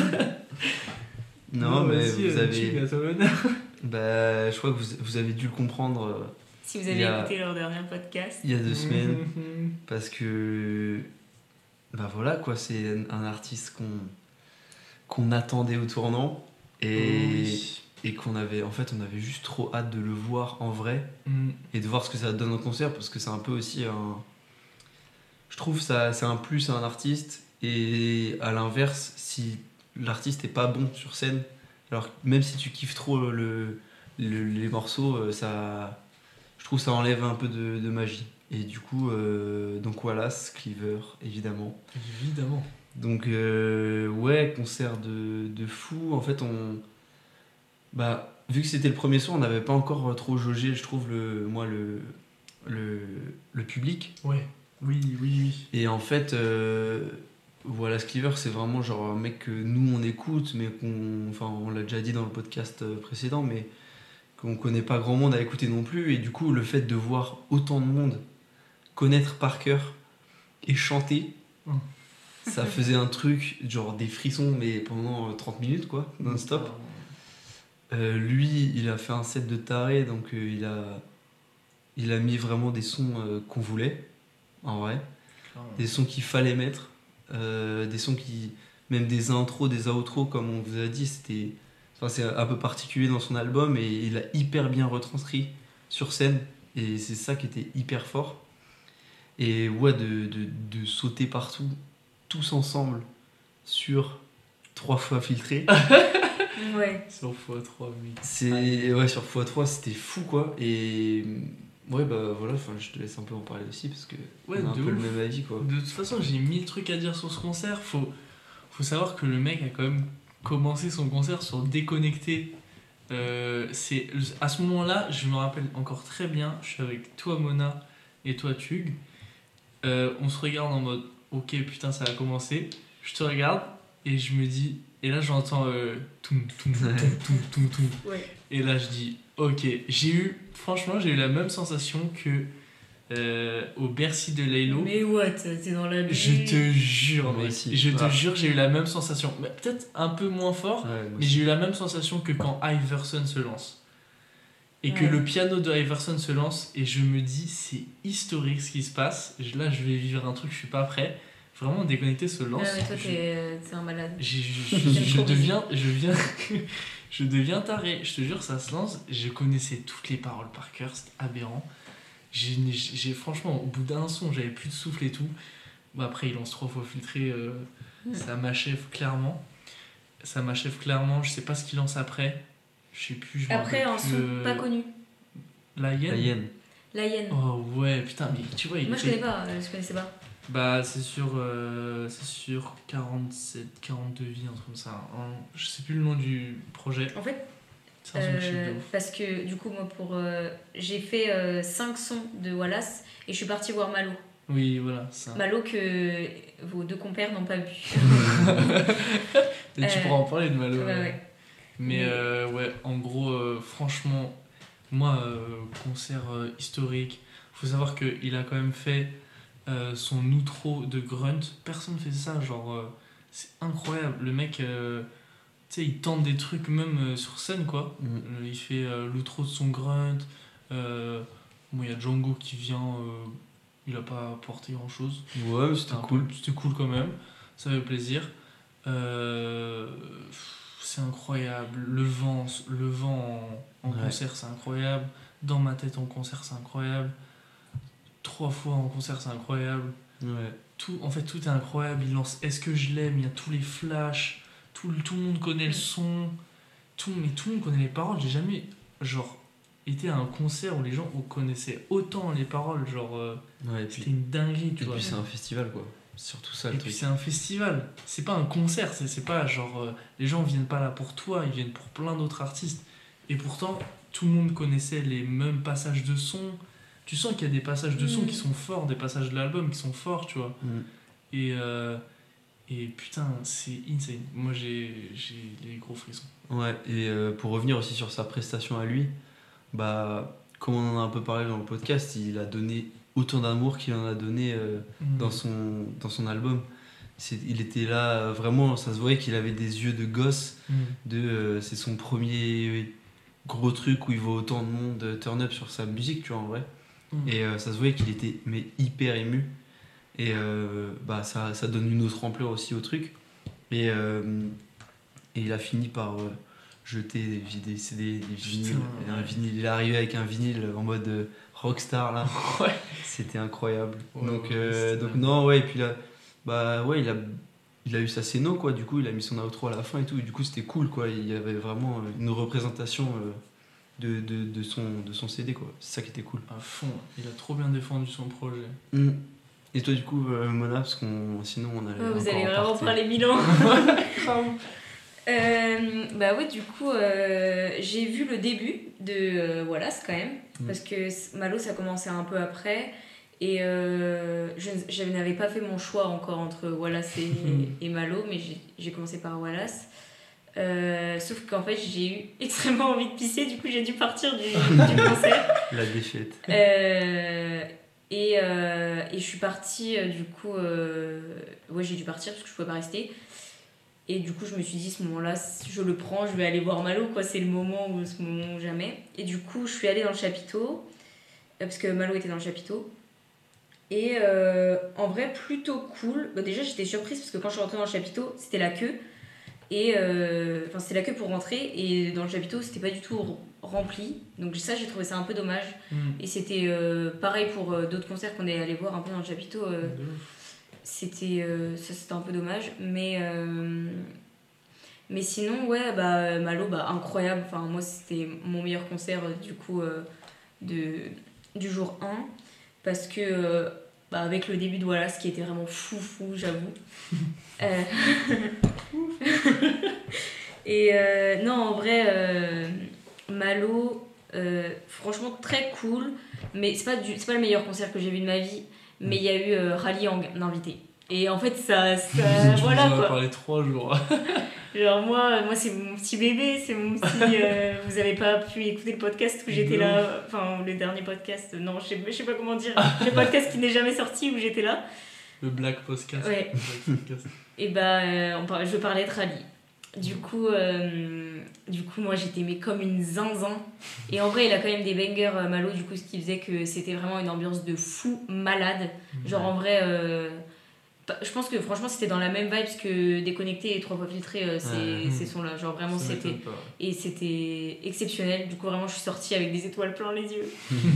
Non, mais vas-y, vous euh, avez. Tug, à ton honneur. Bah, je crois que vous, vous avez dû le comprendre euh, Si vous Il avez y a- écouté leur dernier podcast. il y a deux semaines. Mhm. Parce que. Bah voilà quoi, c'est un, un artiste qu'on qu'on attendait au tournant. Et. Oui. Et qu'on avait, en fait, on avait juste trop hâte de le voir en vrai Mm. et de voir ce que ça donne en concert parce que c'est un peu aussi un. Je trouve ça, c'est un plus à un artiste et à l'inverse, si l'artiste est pas bon sur scène, alors même si tu kiffes trop le, le- les morceaux, euh, ça, je trouve ça enlève un peu de, de magie. Et du coup, euh, donc Wallace, Cleaver, évidemment. Évidemment. Donc euh, ouais, concert de, de fou. En fait, on, bah vu que c'était le premier soir, on n'avait pas encore trop jaugé, je trouve le, moi le, le, le public. Ouais. Oui, oui, oui. Et en fait, euh, voilà, Cleaver, c'est vraiment genre un mec que nous on écoute, mais qu'on, enfin, on l'a déjà dit dans le podcast euh, précédent, mais qu'on connaît pas grand monde à écouter non plus. Et du coup, le fait de voir autant de monde connaître par cœur et chanter, Mm. ça faisait un truc, genre des frissons, mais pendant trente minutes, quoi, non-stop. Euh, lui, il a fait un set de taré, donc euh, il, a, il a mis vraiment des sons euh, qu'on voulait, en vrai. Clairement. Des sons qu'il fallait mettre, euh, des sons qui. Même des intros, des outros, comme on vous a dit, c'était. Enfin, c'est un peu particulier dans son album et il a hyper bien retranscrit sur scène et c'est ça qui était hyper fort. Et ouais, de, de, de sauter partout, tous ensemble, sur trois fois filtré. Ouais. Sur fois trois, mec. C'est ouais sur fois trois c'était fou quoi et ouais bah voilà enfin je te laisse un peu en parler aussi parce que Ouais, on a un de peu ouf. le même avis quoi. De toute façon, j'ai mille trucs à dire sur ce concert. Faut, faut savoir que le mec a quand même commencé son concert sur Déconnecté. Euh, c'est, à ce moment-là, je me rappelle encore très bien, je suis avec toi, Mona, et toi Tug. Euh, on se regarde en mode ok putain ça va commencer. Je te regarde et je me dis et là j'entends euh, toum toum toum toum toum toum. Ouais. Et là je dis ok, j'ai eu franchement j'ai eu la même sensation que euh, au Bercy de Laylo. Mais what, t'es dans la Je te jure Moi mec, aussi. je te Ah. jure j'ai eu la même sensation. Mais peut-être un peu moins fort, Ouais, moi mais aussi. j'ai eu la même sensation que quand Iverson se lance. Et que Ouais. le piano de Iverson se lance et je me dis c'est historique ce qui se passe. Je- Là je vais vivre un truc, je suis pas prêt. Vraiment déconnecté se lance. Ouais, mais toi, Je- t'es, t'es un malade. j'ai- je, je- J'aime je trop deviens, je viens, je deviens taré. Je te jure, ça se lance. Je connaissais toutes les paroles par cœur, c'était aberrant. J'ai, j'ai franchement, au bout d'un son, j'avais plus de souffle et tout. Bon, après, il lance trois fois filtré, euh, Mm. ça m'achève clairement. Ça m'achève clairement. Je sais pas ce qu'il lance après. Je sais plus. Je me Après, rappelle un plus, son euh, pas connu. La Hyène. La hyène. La hyène. Oh ouais, putain, mais tu vois, il Moi, je était- connais pas, euh, je connaissais pas. Bah, c'est sur, euh, c'est sur quarante-sept, quarante-deux vies, un truc comme ça. Un- je sais plus le nom du projet. En fait, C'est un son que je euh, sais de ouf. parce que du coup, moi, pour, euh, j'ai fait cinq sons de Wallace et je suis partie voir Malo. Oui, voilà, ça. Malo que vos deux compères n'ont pas vu. Et tu euh, pourras en parler de Malo. Ouais, ouais. ouais. Mais Mais- euh, ouais, en gros, euh, franchement, moi, euh, concert euh, historique, faut savoir qu'il a quand même fait euh, son outro de Grunt. Personne fait ça, genre, euh, c'est incroyable. Le mec, euh, tu sais, il tente des trucs même euh, sur scène, quoi. Mm. Euh, il fait euh, l'outro de son Grunt. Euh, bon, il y a Django qui vient, euh, il a pas apporté grand chose. Ouais, mais c'était C'était un cool. peu- C'était cool quand même, ça fait plaisir. Euh, c'est incroyable, le vent, le vent en, en Ouais. concert c'est incroyable, dans ma tête en concert c'est incroyable, trois fois en concert c'est incroyable. Ouais. Tout, en fait tout est incroyable, il lance Est-ce que je l'aime, il y a tous les flashs, tout, le- tout le monde connaît le son, tout, mais tout le monde connaît les paroles, j'ai jamais genre été à un concert où les gens connaissaient autant les paroles, genre euh, Ouais, et puis, c'était une dinguerie tu et vois. puis c'est un festival, quoi. C'est surtout ça, Et le puis truc. c'est un festival, c'est pas un concert, c'est, c'est pas genre euh, les gens viennent pas là pour toi, ils viennent pour plein d'autres artistes. Et pourtant, tout le monde connaissait les mêmes passages de son. Tu sens qu'il y a des passages de son Mm. qui sont forts, des passages de l'album qui sont forts, tu vois. Mm. Et, euh, et putain, c'est insane. Moi j'ai, j'ai les gros frissons. Ouais, et euh, pour revenir aussi sur sa prestation à lui, bah, comme on en a un peu parlé dans le podcast, il a donné autant d'amour qu'il en a donné euh, Mm. dans, son, dans son album. C'est, il était là, euh, vraiment, ça se voyait qu'il avait des yeux de gosse. Mm. De, euh, c'est son premier gros truc où il voit autant de monde euh, turn up sur sa musique, tu vois, en vrai. Mm. Et euh, ça se voyait qu'il était mais, hyper ému. Et euh, bah, ça, ça donne une autre ampleur aussi au truc. Et, euh, et il a fini par euh, jeter des, vi- des C D, des vinyles. Putain, Et un ouais. vinyle. Il est arrivé avec un vinyle en mode euh, rockstar là. Ouais. C'était incroyable. Ouais, donc, ouais, euh, c'était donc dingue. non, ouais, et puis là, bah ouais, il a, il a eu sa scéno quoi. Du coup, il a mis son outro à la fin et tout. Et du coup, c'était cool quoi. Il y avait vraiment euh, une représentation euh, de, de, de, son, de son C D quoi. C'est ça qui était cool. À fond, il a trop bien défendu son projet. Mm. Et toi, du coup, euh, Mona, parce qu'on sinon on allait. Ouais, vous encore allez en vraiment partir. parler mille ans. Euh, bah ouais, du coup, euh, j'ai vu le début de euh, Wallace quand même, Mm. parce que c- Malo ça commençait un peu après, et euh, je, je n'avais pas fait mon choix encore entre Wallace et, et Malo, mais j'ai, j'ai commencé par Wallace. Euh, sauf qu'en fait, j'ai eu extrêmement envie de pisser, du coup, j'ai dû partir du, du concert. La défaite. Euh, et, euh, et je suis partie, euh, du coup, euh, ouais, j'ai dû partir parce que je pouvais pas rester. Et du coup, je me suis dit, ce moment-là, si je le prends, je vais aller voir Malo, quoi. C'est le moment ou ce moment ou jamais. Et du coup, je suis allée dans le chapiteau, euh, parce que Malo était dans le chapiteau. Et euh, en vrai, plutôt cool. Bah, déjà, j'étais surprise parce que quand je suis rentrée dans le chapiteau, c'était la queue. Et euh, enfin, c'était la queue pour rentrer. Et dans le chapiteau, c'était pas du tout r- rempli. Donc, ça, j'ai trouvé ça un peu dommage. Mm. Et c'était euh, pareil pour euh, d'autres concerts qu'on est allé voir un peu dans le chapiteau. euh, De ouf. c'était euh, ça c'était un peu dommage, mais euh, mais sinon ouais bah Malo bah incroyable, enfin moi c'était mon meilleur concert euh, du coup euh, de du jour un, parce que euh, bah, avec le début de Wallace qui était vraiment fou fou j'avoue. Euh, et euh, non en vrai euh, Malo euh, franchement très cool. Mais c'est pas, du, c'est pas le meilleur concert que j'ai vu de ma vie, mais il y a eu euh, Rally en, en invité. Et en fait, ça. ça tu voilà nous en as quoi. parlé trois jours. Genre, moi, moi c'est mon petit bébé, c'est mon petit. Euh, vous avez pas pu écouter le podcast où j'étais là. Enfin, le dernier podcast. Non, je sais, je sais pas comment dire. Le podcast qui n'est jamais sorti où j'étais là. Le Black Podcast. Ouais. Black Podcast. Et bah, euh, on parlait, je parlais de rallye. Du coup, euh, du coup, moi j'étais mais comme une zinzin. Et en vrai, il a quand même des bangers, euh, Malo, du coup, ce qui faisait que c'était vraiment une ambiance de fou malade. Genre en vrai, euh, je pense que franchement, c'était dans la même vibe que Déconnecté et Trois fois filtré, euh, ces, Ouais. ces sons-là. Genre vraiment, Ça c'était. m'étonne pas. Et c'était exceptionnel. Du coup, vraiment, je suis sortie avec des étoiles plein les yeux.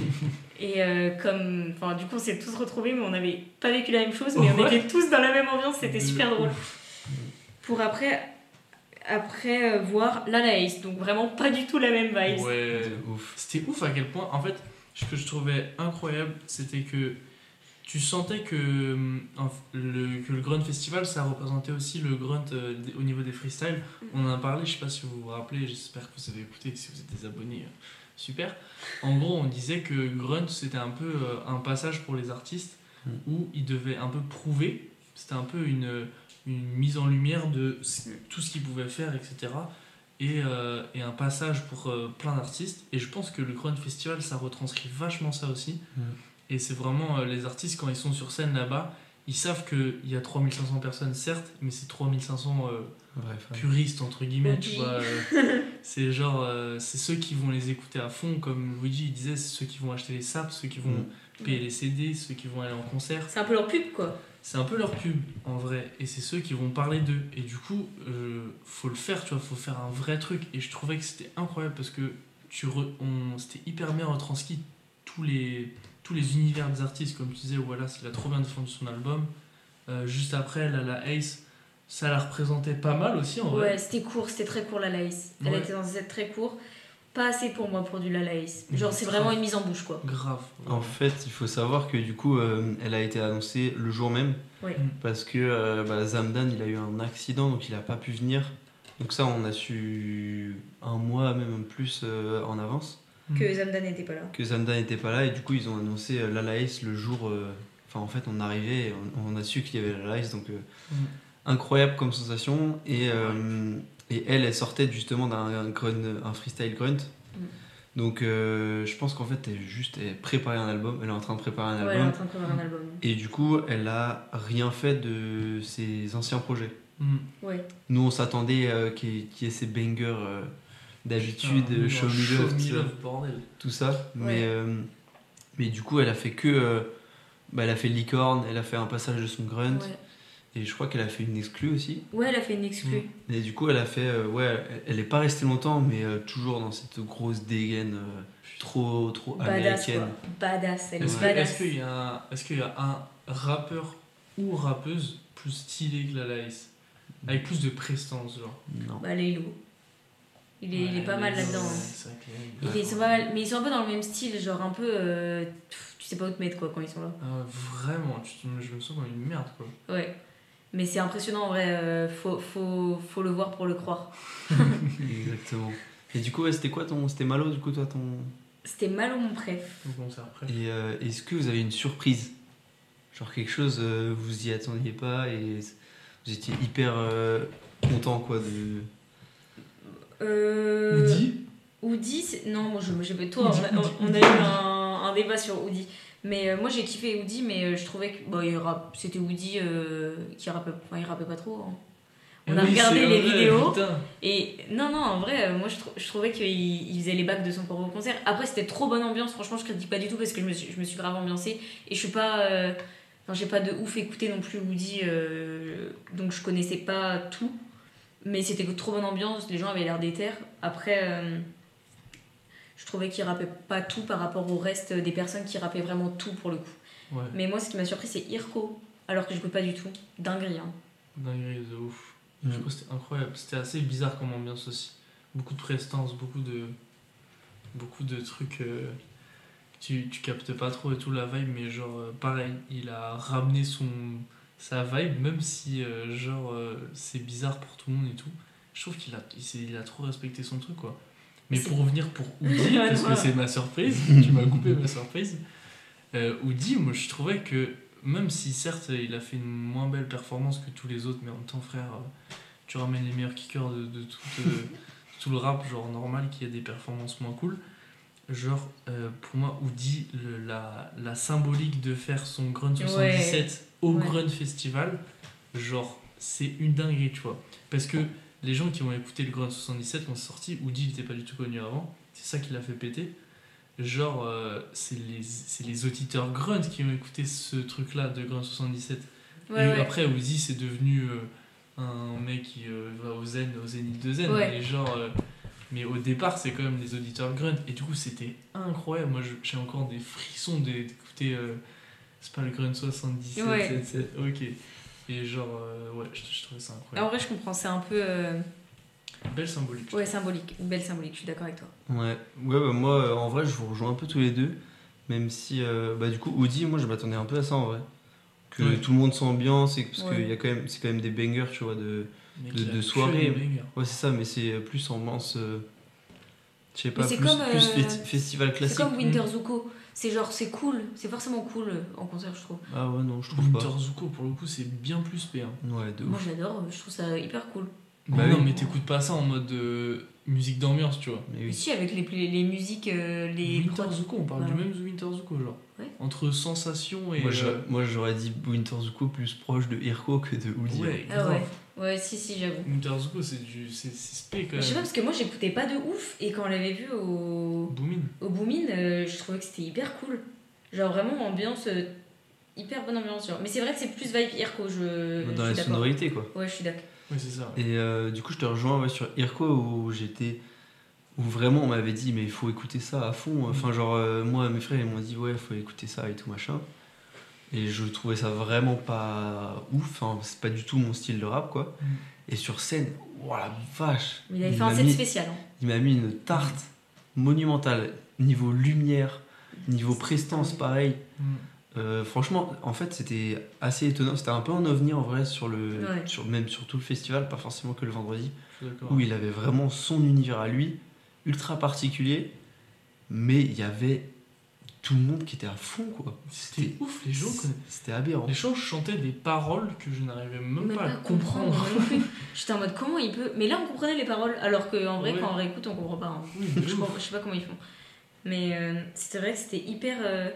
Et euh, comme. Enfin, du coup, on s'est tous retrouvés, mais on n'avait pas vécu la même chose, mais on Ouais. était tous dans la même ambiance, c'était De super drôle. ouf. Pour après. Après euh, voir Lala Ace, donc vraiment pas du tout la même vibe. Ouais. De ouf. C'était ouf à quel point, en fait, ce que je trouvais incroyable, c'était que tu sentais que, hum, en f- le, que le Grunt Festival, ça représentait aussi le Grunt euh, des- au niveau des freestyles. On en a parlé, je sais pas si vous vous rappelez, j'espère que vous avez écouté, si vous êtes des abonnés, euh, super. En gros, on disait que Grunt, c'était un peu euh, un passage pour les artistes Mm. où ils devaient un peu prouver, c'était un peu une, une mise en lumière de ce- tout ce qu'ils pouvaient faire, et cetera. Et, euh, et un passage pour euh, plein d'artistes. Et je pense que le Grunt Festival, ça retranscrit vachement ça aussi. Mm. Et c'est vraiment euh, les artistes, quand ils sont sur scène là-bas, ils savent qu'il y a trois mille cinq cents personnes, certes, mais c'est trois mille cinq cents euh, Bref. ouais. puristes, entre guillemets, O G. tu vois. euh, c'est genre, euh, c'est ceux qui vont les écouter à fond, comme Luigi il disait, c'est ceux qui vont acheter les saps, ceux qui vont Mm. payer les C D, ceux qui vont aller en concert. C'est un peu leur pub quoi. C'est un peu leur pub en vrai, et c'est ceux qui vont parler d'eux. Et du coup, euh, faut le faire, tu vois, faut faire un vrai truc. Et je trouvais que c'était incroyable parce que tu re- on, c'était hyper bien retranscrit tous les, tous les univers des artistes, comme tu disais, voilà, il a trop bien défendu son album. Euh, juste après, là, la Ace, ça la représentait pas mal aussi en vrai. Ouais, c'était court, c'était très court Lala Ace. Elle Ouais. était dans un set très court. Pas assez pour moi pour du Lala Ace. Genre c'est Grave. vraiment une mise en bouche quoi. Grave. En fait, il faut savoir que du coup, euh, elle a été annoncée le jour même Ouais. parce que euh, bah, Zamdan, il a eu un accident, donc il a pas pu venir. Donc ça, on a su un mois, même plus euh, en avance, Que Zamdan n'était pas là. que Zamdan n'était pas là. Et du coup, ils ont annoncé euh, Lala Ace le jour... euh, Enfin, en fait, on arrivait, et on, on a su qu'il y avait Lala Ace, donc... euh, Mm. incroyable comme sensation. Et, euh, et elle, elle sortait justement d'un un grun- un freestyle grunt. Mm. Donc euh, je pense qu'en fait, elle juste elle préparait un album. Elle est en train de préparer un Ouais, elle est en album. train de préparer un album. Et du coup, elle a rien fait de ses anciens projets. Mm. Ouais. Nous, on s'attendait euh, qu'il y ait- qu'il y ait ces bangers euh, d'habitude, Putain, euh, Show Me Love, Show tout Me ça. Love, bordel. tout ça. Mais, Ouais. euh, mais du coup, elle a fait que. euh, bah, elle a fait Licorne, elle a fait un passage de son grunt. Ouais. Et je crois qu'elle a fait une exclue aussi. Ouais, elle a fait une exclue. Et du coup, elle a fait. euh, ouais, elle- elle est pas restée longtemps, mais euh, toujours dans cette grosse dégaine euh, trop, trop Badass américaine. quoi. Badass, elle est Est-ce que- badass. est-ce qu'il y, a un- est-ce qu'il y a un rappeur ou rappeuse plus stylé que la Ace avec plus de prestance, genre? Non. Bah, Laylo. Il est, il est pas Ouais, mal les- là-dedans. ouais, hein. c'est vrai que les- Il est- ils sont pas mal, mais ils sont un peu dans le même style, genre un peu. euh, pff, tu sais pas où te mettre quoi quand ils sont là. Ah ouais, vraiment, tu te- je me sens comme une merde quoi. Ouais. Mais c'est impressionnant en vrai, euh, faut, faut, faut le voir pour le croire. Exactement. Et du coup, ouais, c'était quoi ton. C'était Malo, du coup, toi, ton. C'était Malo mon préf. Au concert après. Et euh, est-ce que vous avez une surprise? Genre quelque chose, euh, vous y attendiez pas et vous étiez hyper euh, content, quoi, de. Euh... Oudi Oudi, c'est- non, moi je, j'ai toi, on a, on a eu un, un débat sur Oudi. Mais euh, moi j'ai kiffé Oudi, mais euh, je trouvais que bon, il rappe- c'était Oudi euh, qui rappait, enfin il rappait pas trop. hein. On a Oui, regardé c'est les vrai, vidéos. putain. Et non, non, en vrai, euh, moi je, trou- je trouvais qu'il il faisait les bacs de son propre concert. Après, c'était trop bonne ambiance, franchement, je critique pas du tout parce que je me suis, je me suis grave ambiancée. Et je suis pas. euh, Enfin, j'ai pas de ouf écouté non plus Woody, euh, donc je connaissais pas tout. Mais c'était trop bonne ambiance, les gens avaient l'air déter. Après, euh, je trouvais qu'il rappait pas tout par rapport au reste des personnes qui rappaient vraiment tout pour le coup. Ouais, Mais moi, ce qui m'a surpris, c'est Irko, alors que je pas du tout. Dinguerie, hein. dinguerie de ouf. Mm. Je trouve que c'était incroyable. C'était assez bizarre comme ambiance aussi. Beaucoup de prestance, beaucoup de, beaucoup de trucs. euh, tu, tu captes pas trop et tout la vibe, mais genre, euh, pareil, il a ramené son, sa vibe, même si, euh, genre, euh, c'est bizarre pour tout le monde et tout. Je trouve qu'il a, il, s'est- il a trop respecté son truc, quoi. Mais C'est- pour revenir pour Oudi, Ah, parce que voilà. c'est ma surprise, tu m'as coupé ma surprise. Euh, Oudi, moi je trouvais que même si certes il a fait une moins belle performance que tous les autres, mais en même temps frère, euh, tu ramènes les meilleurs kickers de, de tout, euh, tout le rap, genre normal qu'il y ait des performances moins cool. Genre euh, pour moi Oudi, le- la, la symbolique de faire son Grunt soixante-dix-sept au Ouais. Grunt Festival, genre c'est une dinguerie, tu vois. Parce que les gens qui ont écouté le Grunt soixante-dix-sept quand c'est sorti, Oudi il était pas du tout connu avant, c'est ça qui l'a fait péter. Genre, euh, c'est les, c'est les auditeurs Grunt qui ont écouté ce truc-là de Grunt soixante-dix-sept. Ouais, Et ouais. après, Uzi, c'est devenu euh, un mec qui euh, va au Zen, au Zénith de Zen. Ouais. Et genre, euh, mais au départ, c'est quand même les auditeurs Grunt. Et du coup, c'était incroyable. Moi, je- j'ai encore des frissons d'é- d'écouter. Euh, c'est pas le Grunt soixante-dix-sept, Ouais. c'est- c'est- ok. Et genre, euh, ouais, je, je trouvais ça En incroyable. vrai, je comprends, c'est un peu. euh, Belle symbolique. je Ouais, trouve. symbolique, une belle symbolique, je suis d'accord avec toi. Ouais, ouais bah, moi euh, en vrai je vous rejoins un peu tous les deux, même si euh, bah du coup Audi, moi je m'attendais un peu à ça en vrai, que Ouais. tout le monde s'ambiance et parce Ouais. que y a quand même c'est quand même des bangers tu vois de Mec, de- il a de que soirée. des bangers. ouais c'est ça mais c'est plus ambiance euh, je sais pas c'est plus, comme, plus euh, festi- festival C'est classique. comme Winter Zuko, c'est genre, c'est cool, c'est forcément cool euh, en concert, je trouve. Ah ouais non je trouve pas. Winter Zuko, pour le coup, c'est bien plus P. Hein. Ouais de Moi ouf. j'adore, je trouve ça hyper cool. Bah non, oui. mais t'écoutes pas ça en mode euh, musique d'ambiance, tu vois. Mais Et oui. si, avec les, pla- les musiques, euh, les. Winter pro- Zuko, on parle Ouais. du même Winter Zuko, genre. Ouais. Entre sensation et. Moi, j'aurais- euh, moi, j'aurais dit Winter Zuko plus proche de Hirko que de Audi. ouais, Ah grave. ouais, ouais, si, si, j'avoue. Winter Zuko, c'est du. C'est c'est spé quand Je sais pas, même. parce que moi j'écoutais pas de ouf, et quand on l'avait vu au, Boomin. au Boomin, euh, je trouvais que c'était hyper cool. Genre vraiment ambiance, euh, hyper bonne ambiance. Genre. Mais c'est vrai que c'est plus vibe Irko, je, je Dans la suis d'accord. sonorité quoi. Ouais, je suis d'accord. Ouais, c'est ça. Ouais. Et euh, du coup, je te rejoins ouais, sur Irko où j'étais. Où vraiment on m'avait dit, mais il faut écouter ça à fond. Enfin, genre, euh, moi, mes frères, ils m'ont dit, ouais, il faut écouter ça et tout machin. Et je trouvais ça vraiment pas ouf. Enfin, c'est pas du tout mon style de rap quoi. Mm. Et sur scène, oh la vache! Mais il avait Il fait un m'a set mis- spécial. Hein. Il m'a mis une tarte monumentale. Niveau lumière, niveau prestance, pareil. Mm. Euh, franchement, en fait, c'était assez étonnant. C'était un peu un ovni en vrai, sur le, Ouais. sur, même sur tout le festival, pas forcément que le vendredi, Je suis d'accord. où il avait vraiment son univers à lui, ultra particulier, mais il y avait tout le monde qui était à fond, quoi. C'était ouf, les gens. conna- C'était aberrant. Les gens chantaient des paroles que je n'arrivais même, Même pas à pas comprendre. moi non plus. J'étais en mode comment il peut. Mais là on comprenait les paroles, alors qu'en vrai, Ouais. quand on réécoute, on comprend pas. Hein. Oui, mais Je, ouf. je sais pas comment ils font. Mais euh, c'était vrai que c'était hyper. euh,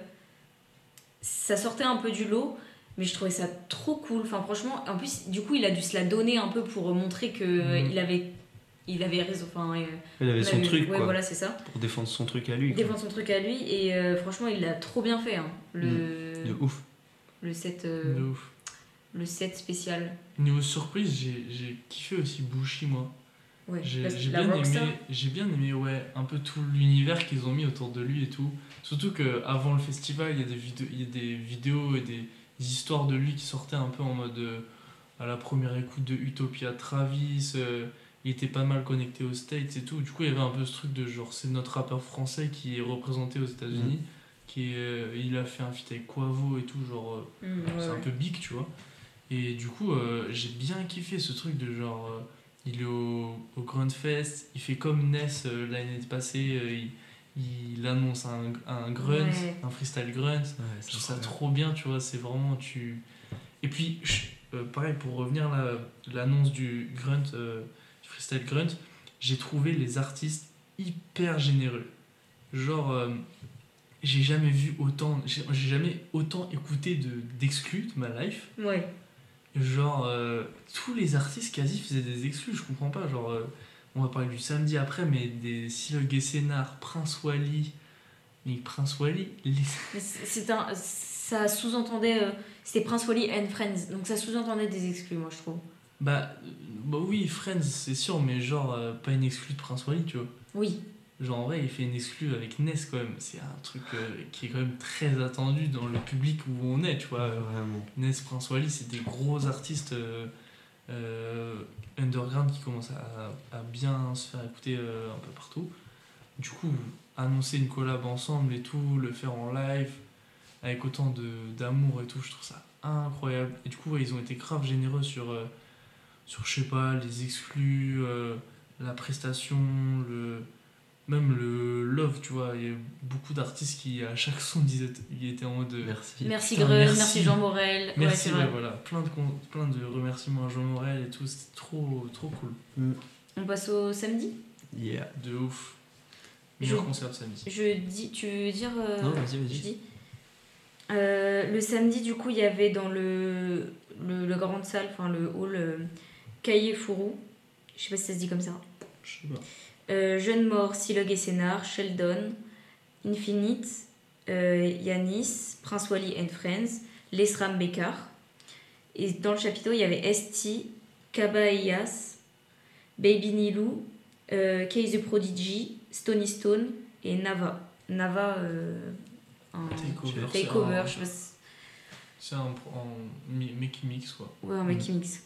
ça sortait un peu du lot, mais je trouvais ça trop cool. Enfin, franchement, en plus, du coup, il a dû se la donner un peu pour montrer que euh, Mhm. il avait. Il avait raison. Enfin, euh, Il avait on son avait- truc, ouais, quoi, voilà, c'est ça. pour défendre son truc à lui. Il quoi. défend son truc à lui, et euh, franchement, il l'a trop bien fait. Hein. Le, De ouf. le, set, euh, De ouf. le set spécial. Niveau surprise, j'ai j'ai kiffé aussi Bushi, moi. Ouais, J'ai parce que j'ai la bien, rockstar. aimé, j'ai bien aimé ouais, un peu tout l'univers qu'ils ont mis autour de lui et tout. Surtout qu'avant le festival, il y, a des vidéos, il y a des vidéos et des, des histoires de lui qui sortaient un peu en mode euh, à la première écoute de Utopia Travis. euh, il était pas mal connecté aux States et tout. Du coup, il y avait un peu ce truc de genre, c'est notre rappeur français qui est représenté aux États-Unis. Qui est, euh, il a fait un feat avec Quavo et tout, genre. euh, Mmh, ouais, c'est un ouais. peu big, tu vois. Et du coup, euh, j'ai bien kiffé ce truc de genre. euh, il est au, au Gruntfest, il fait comme Ness euh, l'année passée, euh, il, il annonce un, un grunt, Ouais. un freestyle grunt. Ouais, Je c'est trouve ça incroyable. trop bien, tu vois. C'est vraiment. Tu... Et puis, je- euh, pareil, pour revenir là, l'annonce du grunt, euh, du freestyle grunt, j'ai trouvé les artistes hyper généreux. Genre. euh, j'ai jamais vu autant, j'ai j'ai jamais autant écouté de d'exclus de ma life. Ouais. Genre, euh, tous les artistes quasi faisaient des exclus, je comprends pas. Genre, euh, on va parler du samedi après, mais des Silog et Sénard, Prince Wally. Mais Prince Wally, les... Mais c'est c'est un, ça sous-entendait. euh, C'était Prince Wally and Friends, donc ça sous-entendait des exclus, moi je trouve. bah, euh, bah oui, Friends, c'est sûr, mais genre, euh, pas une exclue de Prince Wally, tu vois. Oui. Genre, en vrai, il fait une exclue avec Ness quand même. C'est un truc euh, qui est quand même très attendu dans le public où on est, tu vois. Ouais, vraiment. Ness, Prince Wally, c'est des gros artistes euh, euh, underground qui commencent à, à bien se faire écouter euh, un peu partout. Du coup, annoncer une collab ensemble et tout, le faire en live, avec autant de, d'amour et tout, je trouve ça incroyable. Et du coup, ouais, ils ont été grave généreux sur, euh, sur je sais pas, les exclus, euh, la prestation, le, même le Love, tu vois, il y a beaucoup d'artistes qui, à chaque son, disaient, ils étaient en mode. Merci. Merci Putain, Grun, merci. merci Jean Morel. Merci, ouais, c'est ouais, vrai. voilà. Plein de, con- plein de remerciements à Jean Morel et tout, c'était trop, trop cool. On passe au samedi. Yeah. De ouf. Je- Meilleur concert de samedi. Je dis, tu veux dire euh, Non, vas-y, vas-y. Je dis. Euh, le samedi, du coup, il y avait dans le, le, le grande salle, enfin le hall, euh, Cahier Fourou. Je sais pas si ça se dit comme ça. Je sais pas. Euh, Jeune Mort, Silog et Sénard, Sheldon, Infinite, euh, Yanis, Prince Wally and Friends, Lesram Bekar. Et dans le chapiteau, il y avait Esti, Kabaeyas, Baby Nilou, euh, Case the Prodigy, Stony Stone et Nava. Nava, euh, un Takeover. takeover, c'est je sais pas si- C'est un, un mi- Mickey Mix, quoi. Ouais, un mec qui mixe.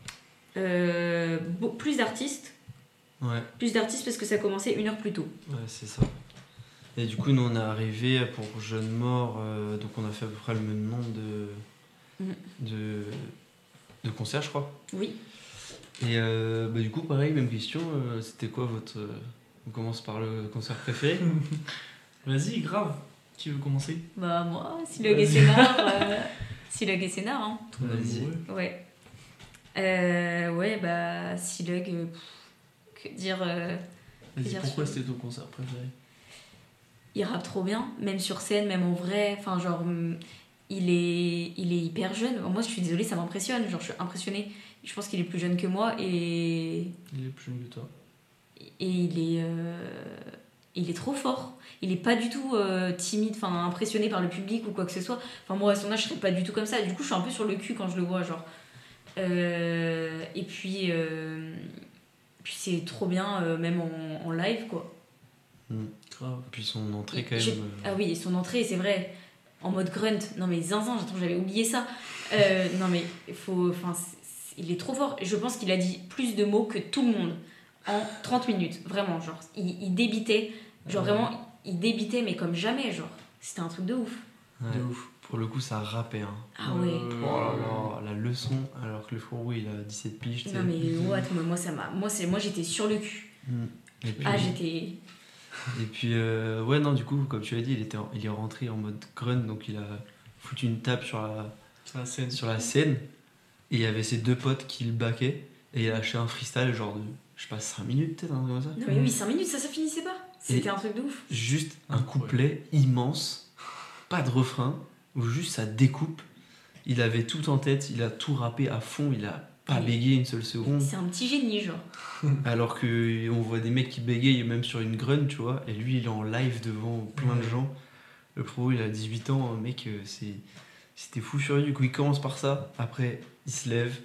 Euh, beau- plus d'artistes. Ouais, Plus d'artistes parce que ça commençait une heure plus tôt. ouais, c'est ça. Et du coup, nous, on est arrivé pour Jeune Mort, euh, donc on a fait à peu près le même nombre de, Mhm. de, de concerts, je crois. Oui. Et euh, bah, du coup, pareil, même question, euh, c'était quoi votre... euh, on commence par le concert préféré. Vas-y, grave. Qui veut commencer? Bah, moi, Silog et Vas-y. Sénard. euh, Silog et Sénard, hein. Ton Vas-y. amoureux. Ouais. Euh, ouais, bah, Silog, euh, pff, que dire. euh, Vas-y, Bien pourquoi sûr. c'était ton concert préféré? il rappe trop bien, même sur scène, même en vrai. Enfin, genre, hum, il est, il est hyper jeune. Moi, je suis désolée, ça m'impressionne. Genre, je suis impressionnée. Je pense qu'il est plus jeune que moi et, Il est plus jeune que toi. et il est. euh, il est trop fort. Il est pas du tout euh, timide, enfin impressionné par le public ou quoi que ce soit. Enfin, moi, à son âge, je serais pas du tout comme ça. Du coup, je suis un peu sur le cul quand je le vois, genre. Euh, et puis, euh, puis c'est trop bien, euh, même en, en live, quoi. Grave. Puis son entrée, quand J'ai- même. euh, Ah oui, et son entrée, c'est vrai, en mode grunt. Non, mais zinzin, j'attends, j'avais oublié ça. Euh, non, mais il faut. Enfin, c'est- c'est- il est trop fort. Je pense qu'il a dit plus de mots que tout le monde en trente minutes. Vraiment, genre, il, il débitait. Genre, Ouais. vraiment, il débitait, mais comme jamais, genre. C'était un truc de ouf. ouais. De ouf. Pour le coup, ça rappait. Hein. Ah ouais. Euh, Oh là là, la leçon, alors que le fourreau, il a dix-sept piges. tu sais. Non, mais what, moi, moi, ça m'a. Moi, c'est- moi, j'étais sur le cul. Mm. Et puis, Ah, j'étais. et puis euh, ouais, non, du coup, comme tu l'as dit, il, était en- il est rentré en mode grunt, donc il a foutu une tape sur la, Sur la scène. sur la scène. Et il y avait ses deux potes qui le baquaient. Et il a lâché un freestyle, genre de, je sais pas, cinq minutes peut-être, un truc comme ça. Non, mais oui, cinq minutes, ça, ça finissait pas. C'était Et- un truc de ouf. Juste un Incroyable. couplet immense, pas de refrain, ou juste ça découpe. Il avait tout en tête, il a tout rappé à fond, il a pas Oui. bégayé une seule seconde. C'est un petit génie, genre. Alors que on voit des mecs qui bégayent même sur une grun, tu vois, et lui il est en live devant plein de Ouais. gens. Le pro il a dix-huit ans, un mec, euh, c'est, c'était fou furieux. Du coup, il commence par ça, après il se lève,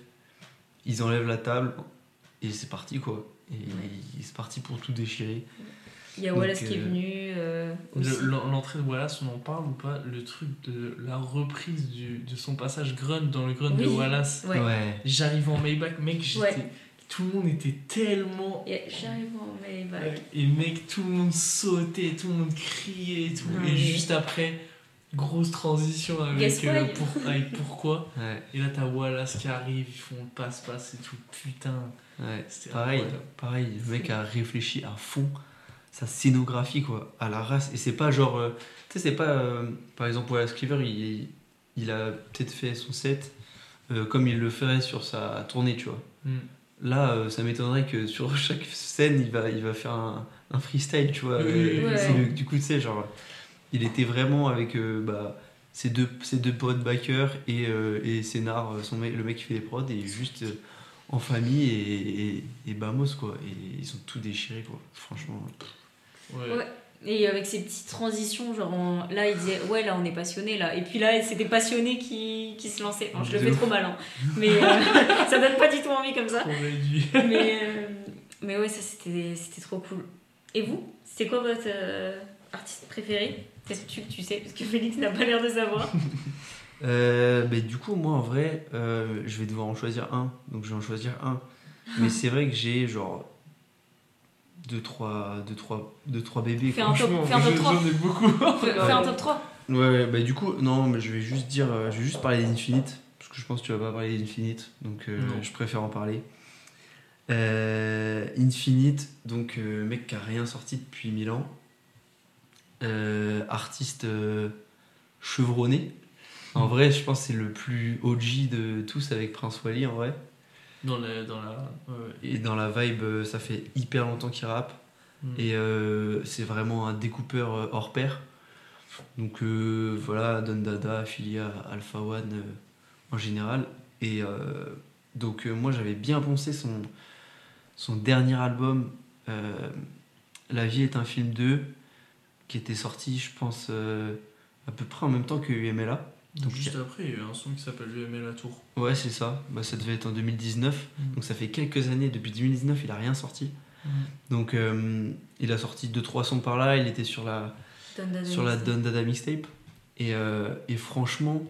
ils enlèvent la table, et c'est parti quoi. Et il- c'est parti pour tout déchirer. Il y a Donc, Wallace qui est euh, venu. euh, aussi. Le- l'en- L'entrée de Wallace, on en parle ou pas? Le truc de la reprise du, de son passage grunt dans le grunt de Oui. Wallace. Ouais. J'arrive en Maybach, mec, j'étais. Ouais. Tout le monde était tellement. Et J'arrive en Maybach. Ouais. Et mec, tout le monde sautait, tout le monde criait et tout. Non, et mais- juste après, grosse transition avec, Guess euh, why pour, avec pourquoi. Ouais, Et là, t'as Wallace qui arrive, ils font le passe-passe et tout. Putain. ouais. C'était Pareil, incroyable. pareil, le mec a réfléchi à fond sa scénographie quoi, à la race. Et c'est pas genre, euh, tu sais, c'est pas, euh, par exemple, Wallace Cleaver, il, il a peut-être fait son set euh, comme il le ferait sur sa tournée, tu vois. Mm. Là, euh, ça m'étonnerait que sur chaque scène, il va, il va faire un, un freestyle, tu vois. Oui, Euh, oui, c'est oui. le- du coup, tu sais, genre, il était vraiment avec euh, bah, ses, deux, ses deux potes backers et, euh, et Sénard, son mec, le mec qui fait les prods, et juste euh, en famille et, et, et Bamos, quoi. Et ils ont tout déchiré, quoi. Franchement. Ouais. Ouais. Et avec ces petites transitions, genre en- là il disait ouais là on est passionné là, et puis là c'était passionné qui, qui se lançait. Enfin, je le De fais ouf. trop mal, hein. Mais euh, ça donne pas du tout envie comme ça. Trop réduit. Mais, euh, mais ouais, ça c'était c'était trop cool. Et vous, c'était quoi votre euh, artiste préféré? Est-ce que tu, tu sais? Parce que Félix n'a pas l'air de savoir. Euh, bah, du coup, moi, en vrai, euh, je vais devoir en choisir un. Donc, je vais en choisir un. Mais c'est vrai que j'ai genre deux trois, deux, trois, deux, trois bébés. Fais quoi. un top, Franchement, fais un top je- trois. J'en ai beaucoup. Fais, fais un top trois. Ouais, ouais, bah du coup, non, mais je vais juste dire, euh, je vais juste parler d'Infinite, parce que je pense que tu vas pas parler d'Infinite, donc euh, Non. je préfère en parler. Euh, Infinite, donc euh, mec qui a rien sorti depuis mille ans. Euh, artiste euh, chevronné. En vrai, je pense que c'est le plus O G de tous avec Prince Wally en vrai. Dans la. Dans la ouais, ouais. Et dans la vibe, euh, ça fait hyper longtemps qu'il rappe. Mm. Et euh, c'est vraiment un découpeur euh, hors pair. Donc euh, voilà, Don Dada, affilié à Alpha One euh, en général. Et euh, donc euh, moi j'avais bien poncé son, son dernier album, euh, La vie est un film deux, qui était sorti, je pense, euh, à peu près en même temps que U M L A. Donc juste après, il y a eu un son qui s'appelle U M L A Tour. Ouais, c'est ça. Bah, ça devait être en deux mille dix-neuf. Mm. Donc ça fait quelques années. Depuis deux mille dix-neuf, il a rien sorti. Mm. Donc euh, il a sorti deux trois sons par là. Il était sur la, Don Dada sur la Mixtape. Don Dada mixtape. Et, euh, et franchement,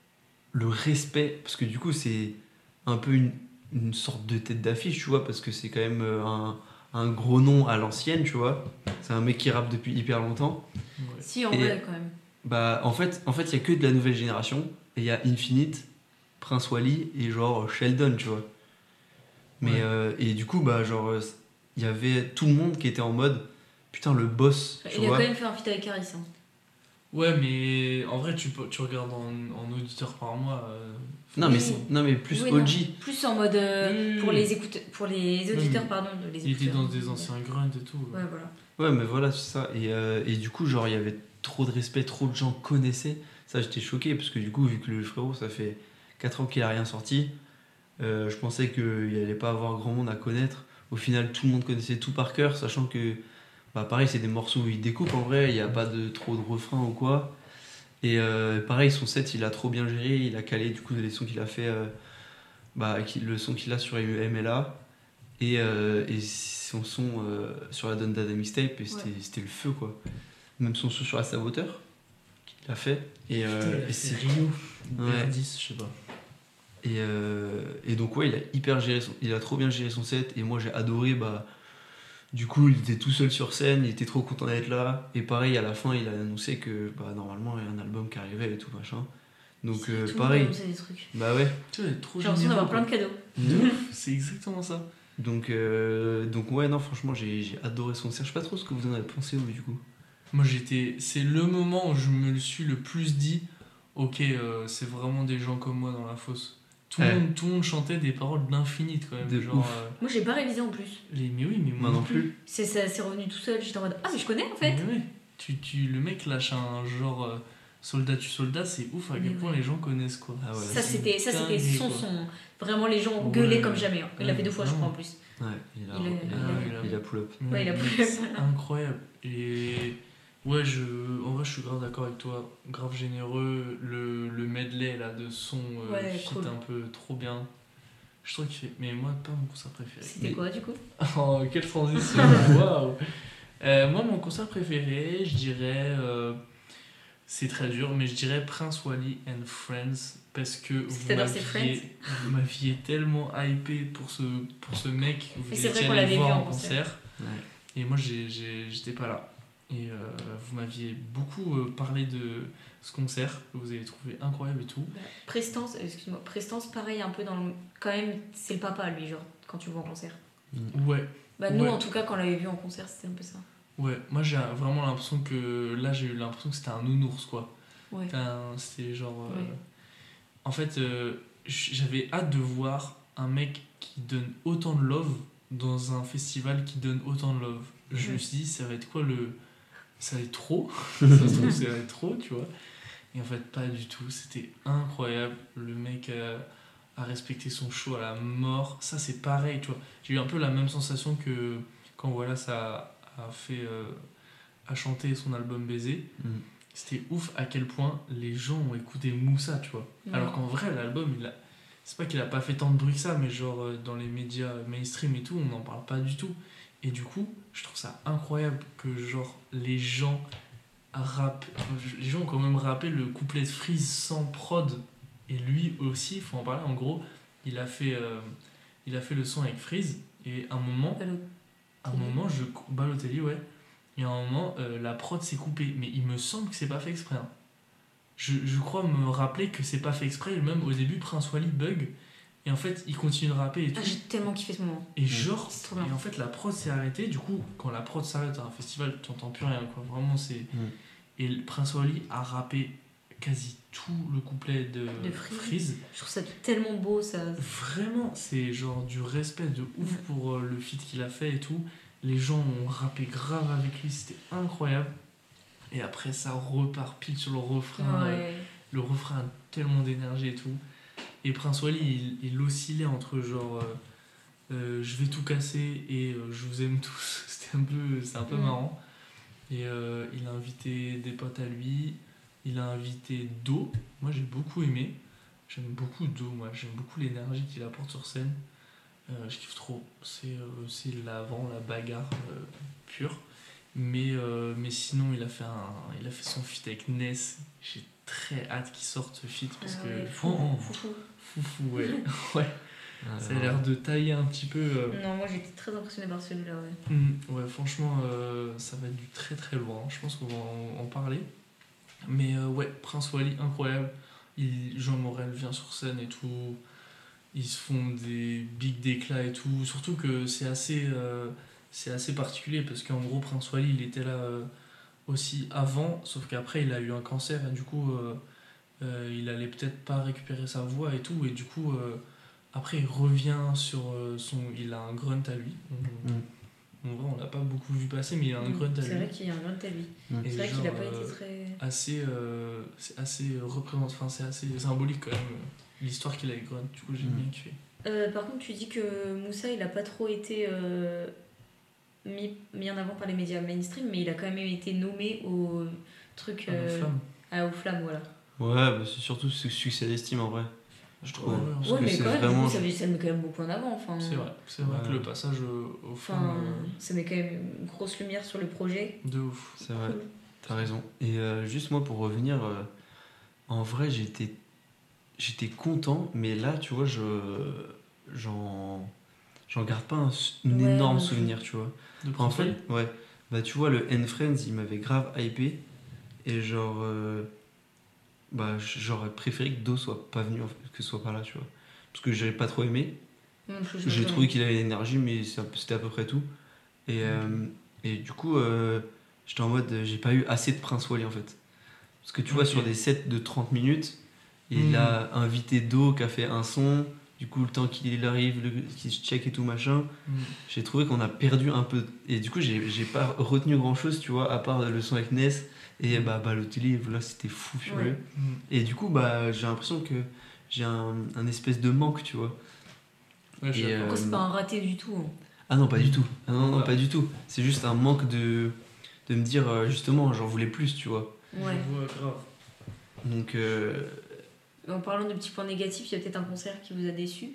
le respect, parce que du coup, c'est un peu une, une sorte de tête d'affiche, tu vois, parce que c'est quand même euh, un, un gros nom à l'ancienne, tu vois. C'est un mec qui rappe depuis hyper longtemps. Ouais. Si, en Et- vrai, quand même. Bah, en fait, en fait, il y a que de la nouvelle génération. Et il y a Infinite, Prince Wally et genre Sheldon, tu vois. Mais Ouais. euh, et du coup, bah, genre, euh, il y avait tout le monde qui était en mode putain, le boss, tu Il a vois. quand même fait un feat avec Caris. Hein. Ouais, mais en vrai, tu, peux- tu regardes en, en auditeur par mois. euh, Non, mais, Oui. c'est- non, mais plus Oui, O non. G. Plus en mode. euh, Oui, oui, pour, oui. les écoute... pour les auditeurs, mais pardon. Les Il était écouteurs. dans des anciens grunts et tout. Ouais, voilà. Ouais, mais voilà, c'est ça. Et, euh, et du coup, genre, il y avait trop de respect, trop de gens connaissaient. Ça, j'étais choqué, parce que du coup, vu que le frérot, ça fait quatre ans qu'il a rien sorti, euh, je pensais qu'il allait pas avoir grand monde à connaître. Au final, tout le monde connaissait tout par cœur, sachant que, bah, pareil, c'est des morceaux où il découpe en vrai, il n'y a pas de trop de refrains ou quoi. Et euh, pareil, son set, il a trop bien géré, il a calé du coup les sons qu'il a fait, euh, bah, qui- le son qu'il a sur M L A et, euh, et son son euh, sur la Don Dada mixtape, et c'était Ouais. c'était le feu quoi. Même son son sur la Saboteur, qu'il a fait. Et, euh, Putain, il a et fait c'est- Rio. Ouais. B R dix, je sais pas. Et, euh, et donc ouais, il a hyper géré son, il a trop bien géré son set, et moi j'ai adoré. Bah du coup il était tout seul sur scène, il était trop content d'être là, et pareil à la fin il a annoncé que bah normalement il y a un album qui arrivait et tout machin. Donc Tout euh, le monde pareil, annonçait des trucs. bah ouais. Tu vois, il est trop J'ai l'impression généreux, d'avoir plein de quoi. cadeaux. De ouf, c'est exactement ça. Donc euh, donc ouais non franchement j'ai j'ai adoré son concert. Je sais pas trop ce que vous en avez pensé vous du coup. Moi, j'étais. C'est le moment où je me le suis le plus dit. Ok, euh, c'est vraiment des gens comme moi dans la fosse. Tout, le Ouais. monde, tout le monde chantait des paroles d'Infinite quand même. De genre, ouf. euh, Moi, j'ai pas révisé en plus. les, mais oui, mais Moi non plus. C'est ça, c'est revenu tout seul. J'étais en mode ah mais je connais en fait. Mais ouais, tu, tu, le mec lâche un genre euh, soldat tu soldat, c'est ouf à quel Mais point ouais. les gens connaissent quoi. Ah ouais. Ça c'était ça c'était dingue, son quoi. son. Vraiment les gens Ouais. gueulaient comme jamais. hein. Il l'a Ouais, fait deux fois je vraiment. crois en plus. Ouais, il a, Il a- il a, il a- il a pull up. Ouais, il a mais pris- c'est incroyable. Et ouais, je, en vrai, je suis grave d'accord avec toi. Grave généreux. Le, le medley là de son euh, Ouais, fit cool. un peu trop bien. Je trouve qu'il fait. Mais moi, pas mon concert préféré. C'était Mais- quoi du coup? Oh, quelle transition! Waouh! Euh, moi, mon concert préféré, je dirais. euh, c'est très dur, mais je dirais Prince Wally and Friends parce que vous t'adores ces m'aviez, vous m'aviez tellement hypé pour ce, pour ce mec. Vous Et c'est vrai étiez qu'on allé l'avait voir vu en en concert. concert. Ouais. Et moi, j'ai, j'ai- j'étais pas là. Et euh, vous m'aviez beaucoup euh, parlé de ce concert que vous avez trouvé incroyable et tout. Bah, Prestance, euh, excuse-moi, Prestance pareil un peu dans le... Quand même c'est le papa lui genre quand tu le vois en concert. Ouais, Bah nous Ouais. en tout cas quand on l'avait vu en concert c'était un peu ça. ouais. Moi, j'ai vraiment l'impression que là, j'ai eu l'impression que c'était un nounours quoi. Ouais. Enfin, c'était genre. euh, Ouais. En fait, euh, j- j'avais hâte de voir un mec qui donne autant de love dans un festival qui donne autant de love. Je Ouais. me suis dit, ça va être quoi le. Ça va être trop. Ça se trouve, ça va être trop, tu vois. Et en fait, pas du tout. C'était incroyable. Le mec euh, a respecté son show à la mort. Ça, c'est pareil, tu vois. J'ai eu un peu la même sensation que quand voilà, ça a fait. euh, a chanté son album Baiser. Mm. C'était ouf à quel point les gens ont écouté Moussa, tu vois. Ouais. Alors qu'en vrai, l'album, il a... c'est pas qu'il a pas fait tant de bruit que ça, mais genre euh, dans les médias mainstream et tout, on n'en parle pas du tout. Et du coup, je trouve ça incroyable que genre les gens rappent, les gens ont quand même rappé le couplet de Freeze sans prod. Et lui aussi, il faut en parler. En gros, il a fait, euh, il a fait le son avec Freeze. Et à un moment, Balotelli. à un moment, je Balotelli, ouais. Et à un moment, euh, la prod s'est coupée. Mais il me semble que c'est pas fait exprès. hein. Je, je crois me rappeler que c'est pas fait exprès. Et même au début, Prince Wally bug. Et en fait, il continue de rapper et tout. Ah, j'ai tellement kiffé ce moment. Et genre, C'est trop bien. et en fait, la prod s'est arrêtée. Du coup, quand la prod s'arrête à un festival, tu n'entends plus rien, quoi. Vraiment, c'est. Mm. Et le Prince Wally a rappé quasi tout le couplet de, De Freeze. Freeze. Je trouve ça tellement beau, ça. Vraiment, c'est genre du respect de ouf Mm. pour euh, le feat qu'il a fait et tout. Les gens ont rappé grave avec lui, c'était incroyable. Et après, ça repart pile sur le refrain. Ouais. Le refrain a tellement d'énergie et tout. Et Prince Wally, il, il oscillait entre genre euh, euh, je vais tout casser et euh, je vous aime tous. C'était un peu, c'est un peu Mm. marrant. Et euh, il a invité des potes à lui. Il a invité Do. Moi, j'ai beaucoup aimé. J'aime beaucoup Do, moi. J'aime beaucoup l'énergie qu'il apporte sur scène. Euh, je kiffe trop. C'est, euh, c'est l'avant, la bagarre euh, pure. Mais, euh, mais sinon, il a, fait un, il a fait son feat avec Ness. J'ai très hâte qu'il sorte ce feat parce Ah que. ouais, Oh, oh, fou, fou. Foufou, ouais. ouais. Ah, Ça a l'air de tailler un petit peu. euh. Non, moi j'étais très impressionnée par celui-là, ouais. Mm, ouais, franchement, euh, ça va être du très très loin. Je pense qu'on va en, en parler. Mais euh, ouais, Prince Wally, incroyable. Il, Jean Morel vient sur scène et tout. Ils se font des big d'éclat et tout. Surtout que c'est assez, euh, c'est assez particulier parce qu'en gros, Prince Wally, il était là euh, aussi avant. Sauf qu'après, il a eu un cancer et du coup, euh, euh, il allait peut-être pas récupérer sa voix et tout. Et du coup, euh, après, il revient sur euh, son. Il a un grunt à lui. On- Mm. En vrai, on l'a pas beaucoup vu passer, mais il a un Mm. grunt à C'est lui. vrai qu'il y a un grunt à lui. Mm. Et C'est vrai qu'il a genre, pas euh, été très. assez, euh, c'est assez représentatif, enfin, c'est assez symbolique quand même, euh, l'histoire qu'il a avec Grunt, du coup j'ai Mm. bien kiffé. Euh, par contre, tu dis que Moussa, il a pas trop été euh, mis, mis en avant par les médias mainstream, mais il a quand même été nommé au truc. Ah, la euh, flamme. ah, aux flammes, voilà. Ouais, bah, c'est surtout ce succès d'estime en vrai. Je trouve. Ouais, ouais, Parce Ouais, que mais c'est quand même, vraiment- du coup, ça, ça le met quand même beaucoup en avant. Enfin, C'est vrai, c'est vrai Ouais. que le passage au, au Enfin, flammes, euh, ça met quand même une grosse lumière sur le projet. de ouf. C'est vrai, t'as raison. Et euh, juste moi pour revenir, euh, en vrai j'étais j'étais content, mais là tu vois, je j'en j'en garde pas un, su- un Ouais, énorme non plus. souvenir, tu vois. De En Prince fait, Wally. ouais. Bah tu vois, le N Friends il m'avait grave hypé, et genre. euh, bah j'aurais préféré que Do soit pas venu, en fait, que soit pas là, tu vois. Parce que j'avais pas trop aimé. Non, je- je- J'ai je- trouvé qu'il avait l'énergie, mais c'est un peu- c'était à peu près tout. Et, euh, et du coup, euh, j'étais en mode, euh, j'ai pas eu assez de Prince Wally en fait. Parce que tu vois, Ok. sur des sets de trente minutes, il Mhm. a invité Do qui a fait un son. Du coup, le temps qu'il arrive, le- qu'il se check et tout machin, Mm. j'ai trouvé qu'on a perdu un peu. Et du coup, j'ai j'ai pas retenu grand chose, tu vois, à part le son avec Ness. Et bah, Balotelli, là, c'était fou furieux. Ouais. Mm. Et du coup, bah, j'ai l'impression que j'ai un, un espèce de manque, tu vois. Ouais, je suis Et, d'accord. Après, c'est euh, pas un raté du tout. hein. Ah non, pas du tout. Ah non, non, Ouais. pas du tout. C'est juste un manque de, de me dire, euh, justement, j'en voulais plus, tu vois. Ouais. Je vois grave. Donc, euh, En parlant de petits points négatifs, il y a peut-être un concert qui vous a déçu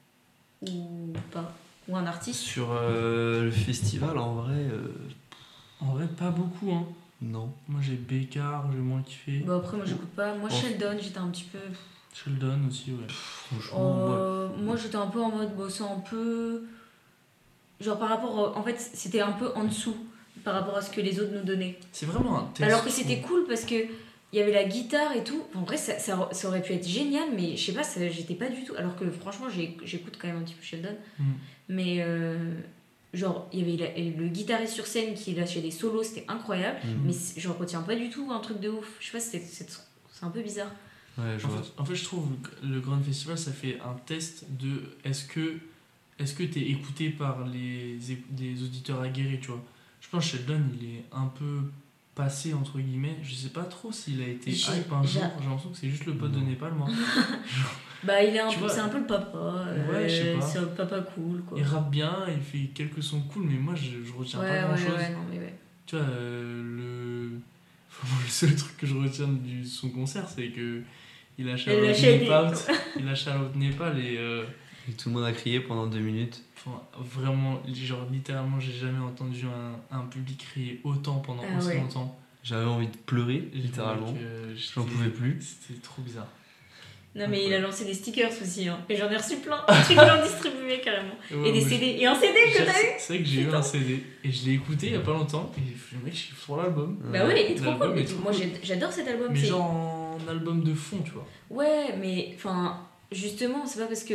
ou pas. Ou un artiste. sur euh, le festival, en vrai, euh, En vrai, pas beaucoup, hein. non. Moi j'ai Bécard, j'ai moins kiffé. Bah après, moi j'écoute pas. Moi, Oh. Sheldon, j'étais un petit peu. Sheldon aussi, ouais. Franchement, moi. Euh, moi, j'étais un peu en mode, bon, c'est un peu. Genre par rapport. au- En fait, c'était un peu en dessous par rapport à ce que les autres nous donnaient. C'est vraiment un test. Alors que je c'était trouve. cool parce que il y avait la guitare et tout. En vrai, ça, ça, ça aurait pu être génial, mais je sais pas, ça- j'étais pas du tout. Alors que franchement, j'ai- j'écoute quand même un petit peu Sheldon. Mm. Mais euh, genre, il y avait la- le guitariste sur scène qui lâchait des solos, c'était incroyable. Mhm. Mais c'est- je retiens pas du tout un truc de ouf. Je sais pas, c'est c'est- c'est un peu bizarre. Ouais, je En vois. fait, en fait, je trouve que le Grand Festival, ça fait un test de est-ce que est-ce que t'es écouté par les, les auditeurs aguerris, tu vois. Je pense que Sheldon, il est un peu passé, entre guillemets. Je sais pas trop s'il a été J'ai- hype un jour. j'ai- J'ai l'impression que c'est juste le pote de Non. Népal, moi. Bah, il est un Tu peu, vois, c'est un peu le papa. euh, ouais, je sais pas. C'est un papa cool, quoi. Il rappe bien, il fait quelques sons cool, mais moi, je, je retiens Ouais, pas ouais, grand-chose. ouais, non, mais ouais. Tu vois, euh, le... Vraiment, le seul truc que je retiens de son concert, c'est que il a Elle shout-out lâchait des- Népal, il a shout-out Népal et... euh, Et tout le monde a crié pendant deux minutes. Enfin, vraiment, genre littéralement, j'ai jamais entendu un, un public crier autant pendant Ah aussi ouais. longtemps. J'avais envie de pleurer, Et je littéralement. trouvais que j'étais- J'en pouvais plus. C'était trop bizarre. Non, mais il a Incroyable. lancé des stickers aussi, hein. Et j'en ai reçu plein. Tu peux en distribuer carrément. Ouais, Et des moi, C D. Et un C D j'ai- que t'as eu C'est vrai que j'ai eu Putain. un C D et je l'ai écouté il y a pas longtemps. Et le mec, je suis sur l'album. Bah ouais, il est trop L'album cool. est trop Moi, cool. j'ai- j'adore cet album. Mais c'est- genre en album de fond, tu vois. Ouais, mais enfin, justement, c'est pas parce que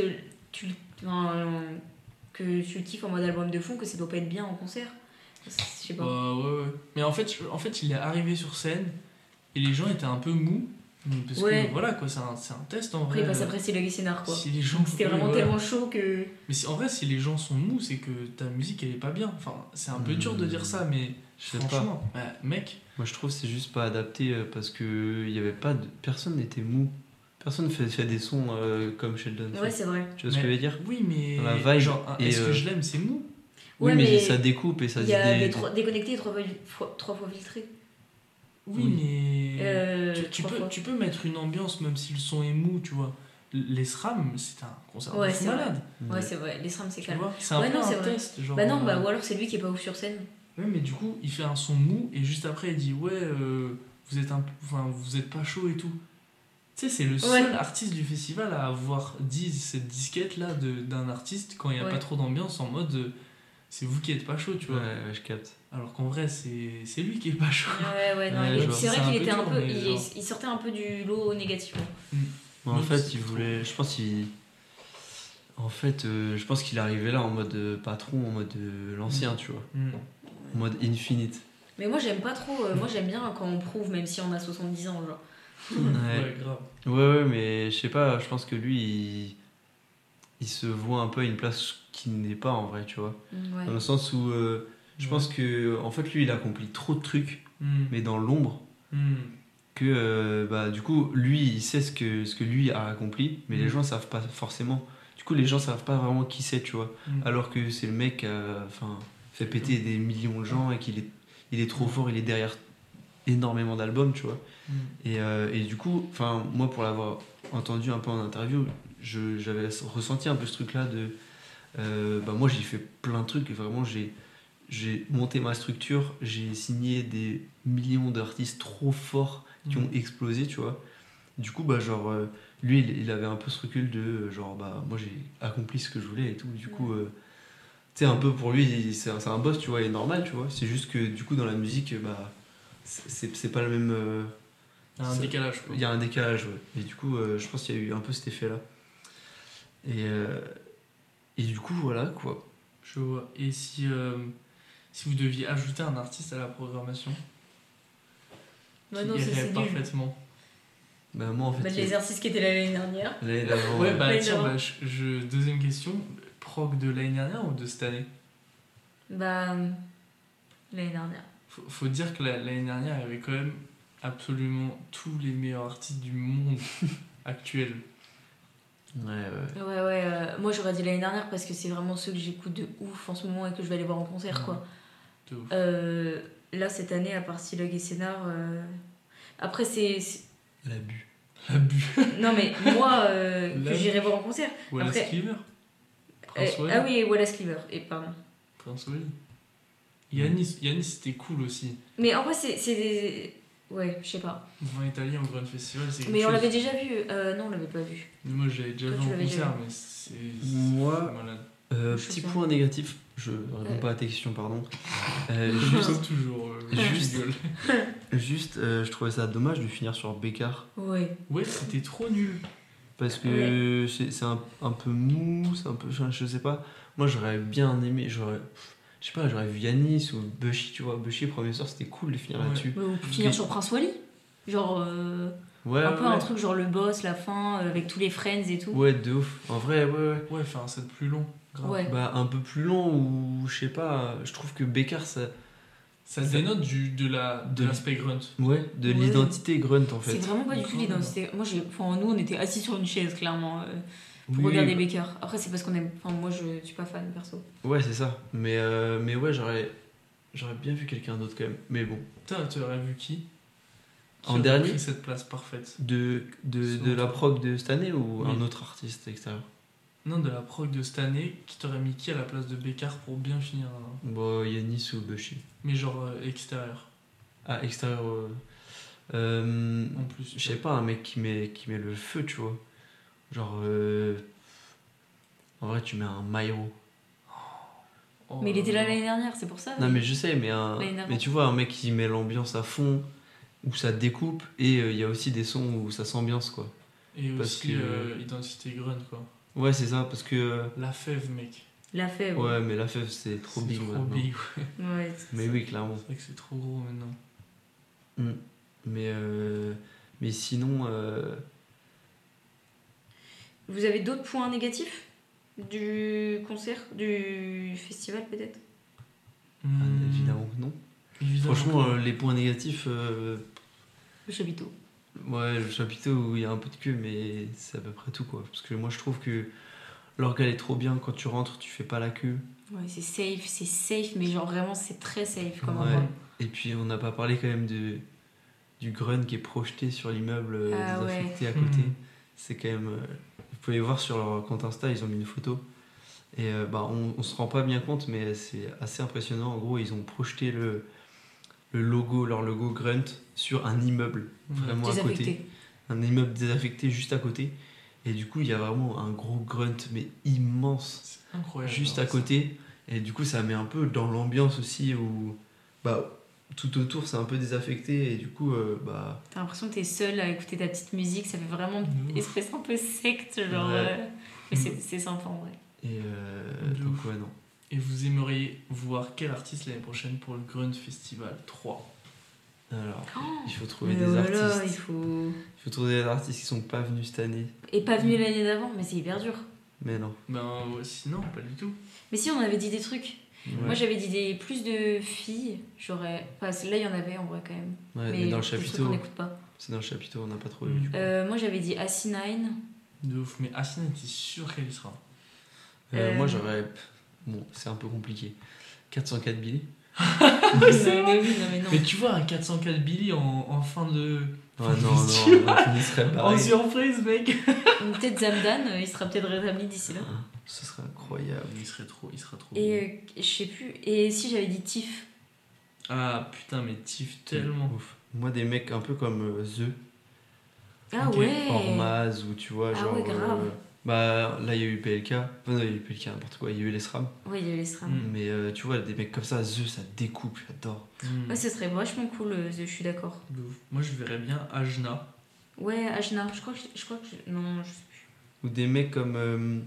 tu, enfin, euh, que tu le kiffes en mode album de fond, que ça doit pas être bien en concert. Je sais pas. Bah, ouais, ouais. Mais en fait, je- en fait, il est arrivé sur scène et les gens étaient un peu mous. Parce Ouais. que voilà, quoi, c'est un, c'est un test en Après, vrai. il passe après, c'est le scénar quoi. Si les gens, C'était oui, vraiment voilà. tellement chaud que. Mais si- en vrai, si les gens sont mous, c'est que ta musique elle est pas bien. Enfin, c'est un peu dur de dire ça, mais Je sais pas. franchement, bah, mec, Moi je trouve que c'est juste pas adapté euh, parce que il y avait pas de... personne n'était mou. Personne fait, fait des sons euh, comme Sheldon. fait. Ouais, c'est vrai. Tu vois ce que je veux dire? oui, mais Dans la vibe genre, un et, est-ce que euh, je l'aime, c'est mou. Oui, Ouais, mais, mais ça découpe et ça Il se y a dé- les trois déconnectés et trois fois, fois- trois fois filtrés. Oui, Oui. mais Euh, tu, tu trois peux, fois. tu peux mettre une ambiance même si le son est mou, tu vois. Les SRAM, c'est un concert Ouais, de fou c'est vrai. malade. Ouais, c'est vrai. Les SRAM, c'est Tu calme. vois, c'est un Ouais, peu non, c'est un vrai. test. Genre, Bah non, euh, bah, ou alors c'est lui qui est pas ouf sur scène. Ouais, mais du coup, il fait un son mou et juste après, il dit ouais, euh, vous êtes un, peu- enfin, vous êtes pas chaud et tout. Tu sais, c'est le seul Ouais. artiste du festival à avoir dit cette disquette là de, d'un artiste quand il y a Ouais. pas trop d'ambiance en mode euh, c'est vous qui êtes pas chaud, tu Ouais, vois. ouais, je capte. Alors qu'en vrai, c'est, c'est lui qui est pas chaud. Ouais, ouais, non. Ouais, il- je vois. c'est vrai C'est un qu'il peu était un dur, peu. mais Il, genre- il sortait un peu du lot négativement. Mais en Même fait, si il c'est voulait. Je pense qu'il. En fait, euh, je pense qu'il arrivait là en mode euh, patron, en mode euh, l'ancien, tu vois. Mm. En mode infinite. Mais moi, j'aime pas trop. euh, moi, j'aime bien quand on prouve, même si on a soixante-dix ans, genre. Ouais. Ouais, grave. Ouais, ouais, mais je sais pas, je pense que lui, il, il se voit un peu à une place qui n'est pas en vrai, tu vois. Ouais. Dans le sens où euh, je Ouais. pense que, en fait, lui, il accomplit trop de trucs, Mm. mais dans l'ombre, Mm. que, euh, bah, du coup, lui, il sait ce que, ce que lui a accompli, mais Mm. les gens savent pas forcément. Du coup, les gens savent pas vraiment qui c'est, tu vois. Mm. Alors que c'est le mec qui a, enfin, fait péter des millions de gens et qu'il est, il est trop fort, il est derrière énormément d'albums, tu vois. Mm. Et, euh, et du coup, enfin, moi, pour l'avoir entendu un peu en interview, je, j'avais ressenti un peu ce truc-là de. euh, bah, moi, j'ai fait plein de trucs et vraiment, j'ai, j'ai monté ma structure, j'ai signé des millions d'artistes trop forts qui Mm. ont explosé, tu vois. Du coup, bah, genre, euh, lui, il, il avait un peu ce recul de euh, genre, bah, moi, j'ai accompli ce que je voulais et tout. Du coup, euh, tu sais, un peu pour lui, il- c'est un, c'est un boss, tu vois, il est normal, tu vois. C'est juste que, du coup, dans la musique, bah, c'est, c'est, c'est pas le même. euh, Il y a un ça- décalage, quoi. il y a un décalage, ouais. Et du coup, euh, je pense qu'il y a eu un peu cet effet-là. Et, euh, et du coup, voilà, quoi. Je vois. Et si, euh, si vous deviez ajouter un artiste à la programmation Bah qui non, ça, irait c'est nul. parfaitement. Bah, moi, en fait, Bah, il y a- les artistes qui étaient là l'année dernière. l'année d'avant, Ouais, euh, bah Ouais, tiens, d'avant. bah, je, je- deuxième question. Prog de l'année dernière ou de cette année? Bah. euh, L'année dernière. Faut, faut dire que la- l'année dernière, il y avait quand même absolument tous les meilleurs artistes du monde actuel. ouais, ouais. Ouais, ouais. euh, moi, j'aurais dit l'année dernière parce que c'est vraiment ceux que j'écoute de ouf en ce moment et que je vais aller voir en concert, quoi. De ouf. Euh, là, cette année, à part Silog et Sénard. euh, Après, c'est. c'est- L'abus. L'abus. Non, mais moi, euh, que Là- j'irai voir en concert. Wallace Après- Cleaver. Euh, Prince Wally. ah oui, Wallace Cleaver. Et pardon. Prince Wally. Yanis, Yanis c'était cool aussi. Mais en vrai, c'est c'est des. Ouais, je sais pas. Vent italien au Grand Festival, c'est quelque Mais on chose. l'avait déjà vu. Euh, non, on l'avait pas vu. Moi, j'avais déjà Toi, vu tu en l'avais concert, déjà mais c'est. Moi- c'est malade. Euh, Je sais petit pas. point négatif, je réponds Ouais. pas à tes questions, pardon. Euh, Comme juste, toujours. euh, Juste- je rigole. juste euh, je trouvais ça dommage de finir sur Bécard. Ouais. Ouais, c'était trop nul. Parce que c'est c'est un, un peu mou, c'est un peu. Je, je sais pas. Moi, j'aurais bien aimé. J'aurais. Je sais pas, j'aurais vu Yanis ou Bushy, tu vois. Bushy, premier soir, c'était cool de finir Ouais. là-dessus. Ou finir Mais- sur Prince Wally. Genre. euh, Ouais, un ouais, peu ouais. un truc genre le boss, la fin, euh, avec tous les friends et tout. Ouais, de ouf. En vrai, ouais, ouais. Ouais, faire un set plus long. Grave. Ouais. Bah, un peu plus long ou je sais pas. Je trouve que Bécard, ça. Ça Ça- dénote du, de la- de de- l'aspect grunt. Ouais, de Ouais. l'identité grunt en fait. C'est vraiment pas du tout Grave. l'identité. Moi, j'ai... Enfin, nous, on était assis sur une chaise, clairement, euh, pour Oui, regarder bah- Baker. Après, c'est parce qu'on aime. Enfin, moi, je suis pas fan, perso. Ouais, c'est ça. Mais, euh, mais ouais, j'aurais. J'aurais bien vu quelqu'un d'autre quand même. Mais bon. Putain, tu aurais vu qui, qui En aurait dernier pris cette place parfaite? De, de, Selon de la toi. prog de cette année ou Oui. un autre artiste extérieur? Non, de la prog de cette année, qui t'aurait mis qui à la place de Bécard pour bien finir hein. Bon, Yanis ou Bushy. Mais genre euh, extérieur, Ah, extérieur. euh, euh, en plus. je sais pas, un mec qui met, qui met le feu, tu vois. Genre. euh, en vrai, tu mets un Mairo. Oh Mais il était là là. l'année dernière, c'est pour ça. Non, mais je sais, mais, un, L'année d'avant. mais tu vois, un mec qui met l'ambiance à fond, où ça découpe, et euh, il y a aussi des sons où ça s'ambiance, quoi. Et parce aussi que- euh, identité grunt, quoi. Ouais, c'est ça, parce que. euh, La fève, mec. La fève. Ouais, mais la fève, c'est trop C'est big trop maintenant. big, ouais. Ouais. Mais oui, clairement. C'est vrai que c'est trop gros maintenant. Mm. Mais, euh, mais sinon, euh, Vous avez d'autres points négatifs du concert, du festival peut-être? ah, Hmm, évidemment que non. évidemment Franchement, que- euh, les points négatifs, euh, Le chapiteau. ouais, le chapiteau où il y a un peu de queue, mais c'est à peu près tout quoi. Parce que moi je trouve que l'organe est trop bien, quand tu rentres, tu fais pas la queue. Ouais, c'est safe, c'est safe, mais genre vraiment c'est très safe comme Ouais. endroit. Et puis on n'a pas parlé quand même de, du grun qui est projeté sur l'immeuble euh, Ah désaffecté à côté. Mhm. C'est quand même. euh, vous pouvez voir sur leur compte Insta, ils ont mis une photo. Et euh, bah, on, on se rend pas bien compte, mais c'est assez impressionnant. En gros, ils ont projeté le, le logo, leur logo Grunt, sur un immeuble, vraiment à côté. Désaffecté. Un immeuble désaffecté juste à côté. Et du coup, il y a vraiment un gros Grunt, mais immense, C'est incroyable. juste alors, à côté. Et du coup, ça met un peu dans l'ambiance aussi où bah, tout autour, c'est un peu désaffecté. Et du coup, euh, bah, T'as l'impression que t'es seul à écouter ta petite musique, ça fait vraiment De ouf. espèce un peu secte, genre. Ouais. euh, Mais Mm. c'est c'est sympa en vrai. et euh, De donc, ouf. ouais, non. Et vous aimeriez voir quel artiste l'année prochaine pour le Grunt Festival trois? Alors, Oh, il faut trouver mais des oh là là, artistes. il faut. Il faut trouver des artistes qui sont pas venus cette année. Et pas venu l'année d'avant, mais c'est hyper dur. Mais non. Ben ouais, sinon, pas du tout. Mais si on avait dit des trucs. Ouais. Moi j'avais dit des plus de filles, j'aurais. Enfin, là il y en avait en vrai quand même. Ouais, mais mais dans le des trucs chapiteau, qu'on n'écoute pas. c'est dans le chapiteau, on n'a pas trouvé Mm. du coup. Euh, moi j'avais dit Asinine. De ouf. Mais Asina était sûr qu'elle y sera. Euh, euh, Moi j'aurais. Bon, c'est un peu compliqué. quatre cent quatre Billy. non, mais oui, non mais non. Mais tu vois, un quatre cent quatre Billy en, en fin de. Ah fin de non, non, festival. non, il serait En pareil. surprise, mec. Peut-être Zamdan, euh, il sera peut-être rétabli d'ici là. Ce serait incroyable. Il serait trop, il sera trop. Et euh, je sais plus. Et si j'avais dit Tiff. Ah putain, mais Tiff tellement. Ouf. Moi, des mecs un peu comme euh, The, Ah Ok. ouais. Ormaz, ou tu vois, Ah genre. ouais, grave. euh, bah là, il y a eu P L K. Enfin, non, il y a eu P L K, n'importe quoi. Il y a eu les SRAM. Ouais, il y avait les SRAM. Mm. Mais euh, tu vois, des mecs comme ça, The, ça découpe, j'adore. Hmm. Ouais, ce serait vachement cool, euh, je suis d'accord. De ouf. Moi, je verrais bien Ajna. Ouais, Ajna, je crois que je, je crois que je- non, je sais plus. Ou des mecs comme. euh,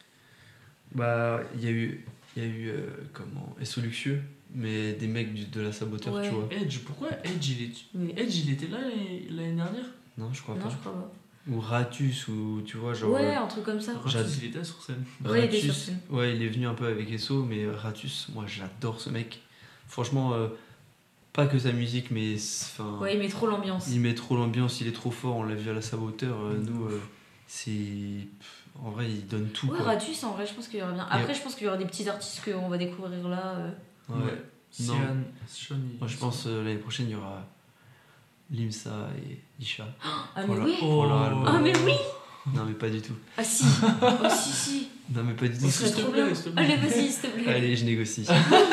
bah, il y a eu. Il y a eu. euh, comment S O Luxueux, mais des mecs du- de la Saboteur, Ouais. tu vois. Edge, pourquoi Edge il, est... Mais- Edge, il était là l'année l'année dernière? Non, je crois non, pas. je crois pas. Ou Ratus, ou tu vois, genre. Ouais, euh, un truc comme ça. Ratus, J'ad- il était sur scène. Ouais, il est sur Ratus, scène. ouais, il est venu un peu avec Esso, mais euh, Ratus, moi j'adore ce mec. Franchement, euh, pas que sa musique, mais c'est- enfin, Ouais, il met trop l'ambiance. il met trop l'ambiance, il est trop fort. On l'a vu à la Saboteur. euh, nous, euh, c'est pff, en vrai, il donne tout. Ouais, quoi. Ratus, en vrai, je pense qu'il y aura bien. Après, je pense qu'il y aura des petits artistes qu'on va découvrir là. euh. Ouais. Ouais. Non. Sian, Sean, il- Moi, je pense euh, l'année prochaine, il y aura Limsa et Isha. Ah, mais Pour leur- oui pour leur album. Ah, mais oui Non, mais pas du tout. Ah, si Oh, si, si Non, mais pas du Ce tout. serait s'il te trop plaît, bien. s'il te plaît. Allez, vas-y, s'il te plaît. Allez, je négocie.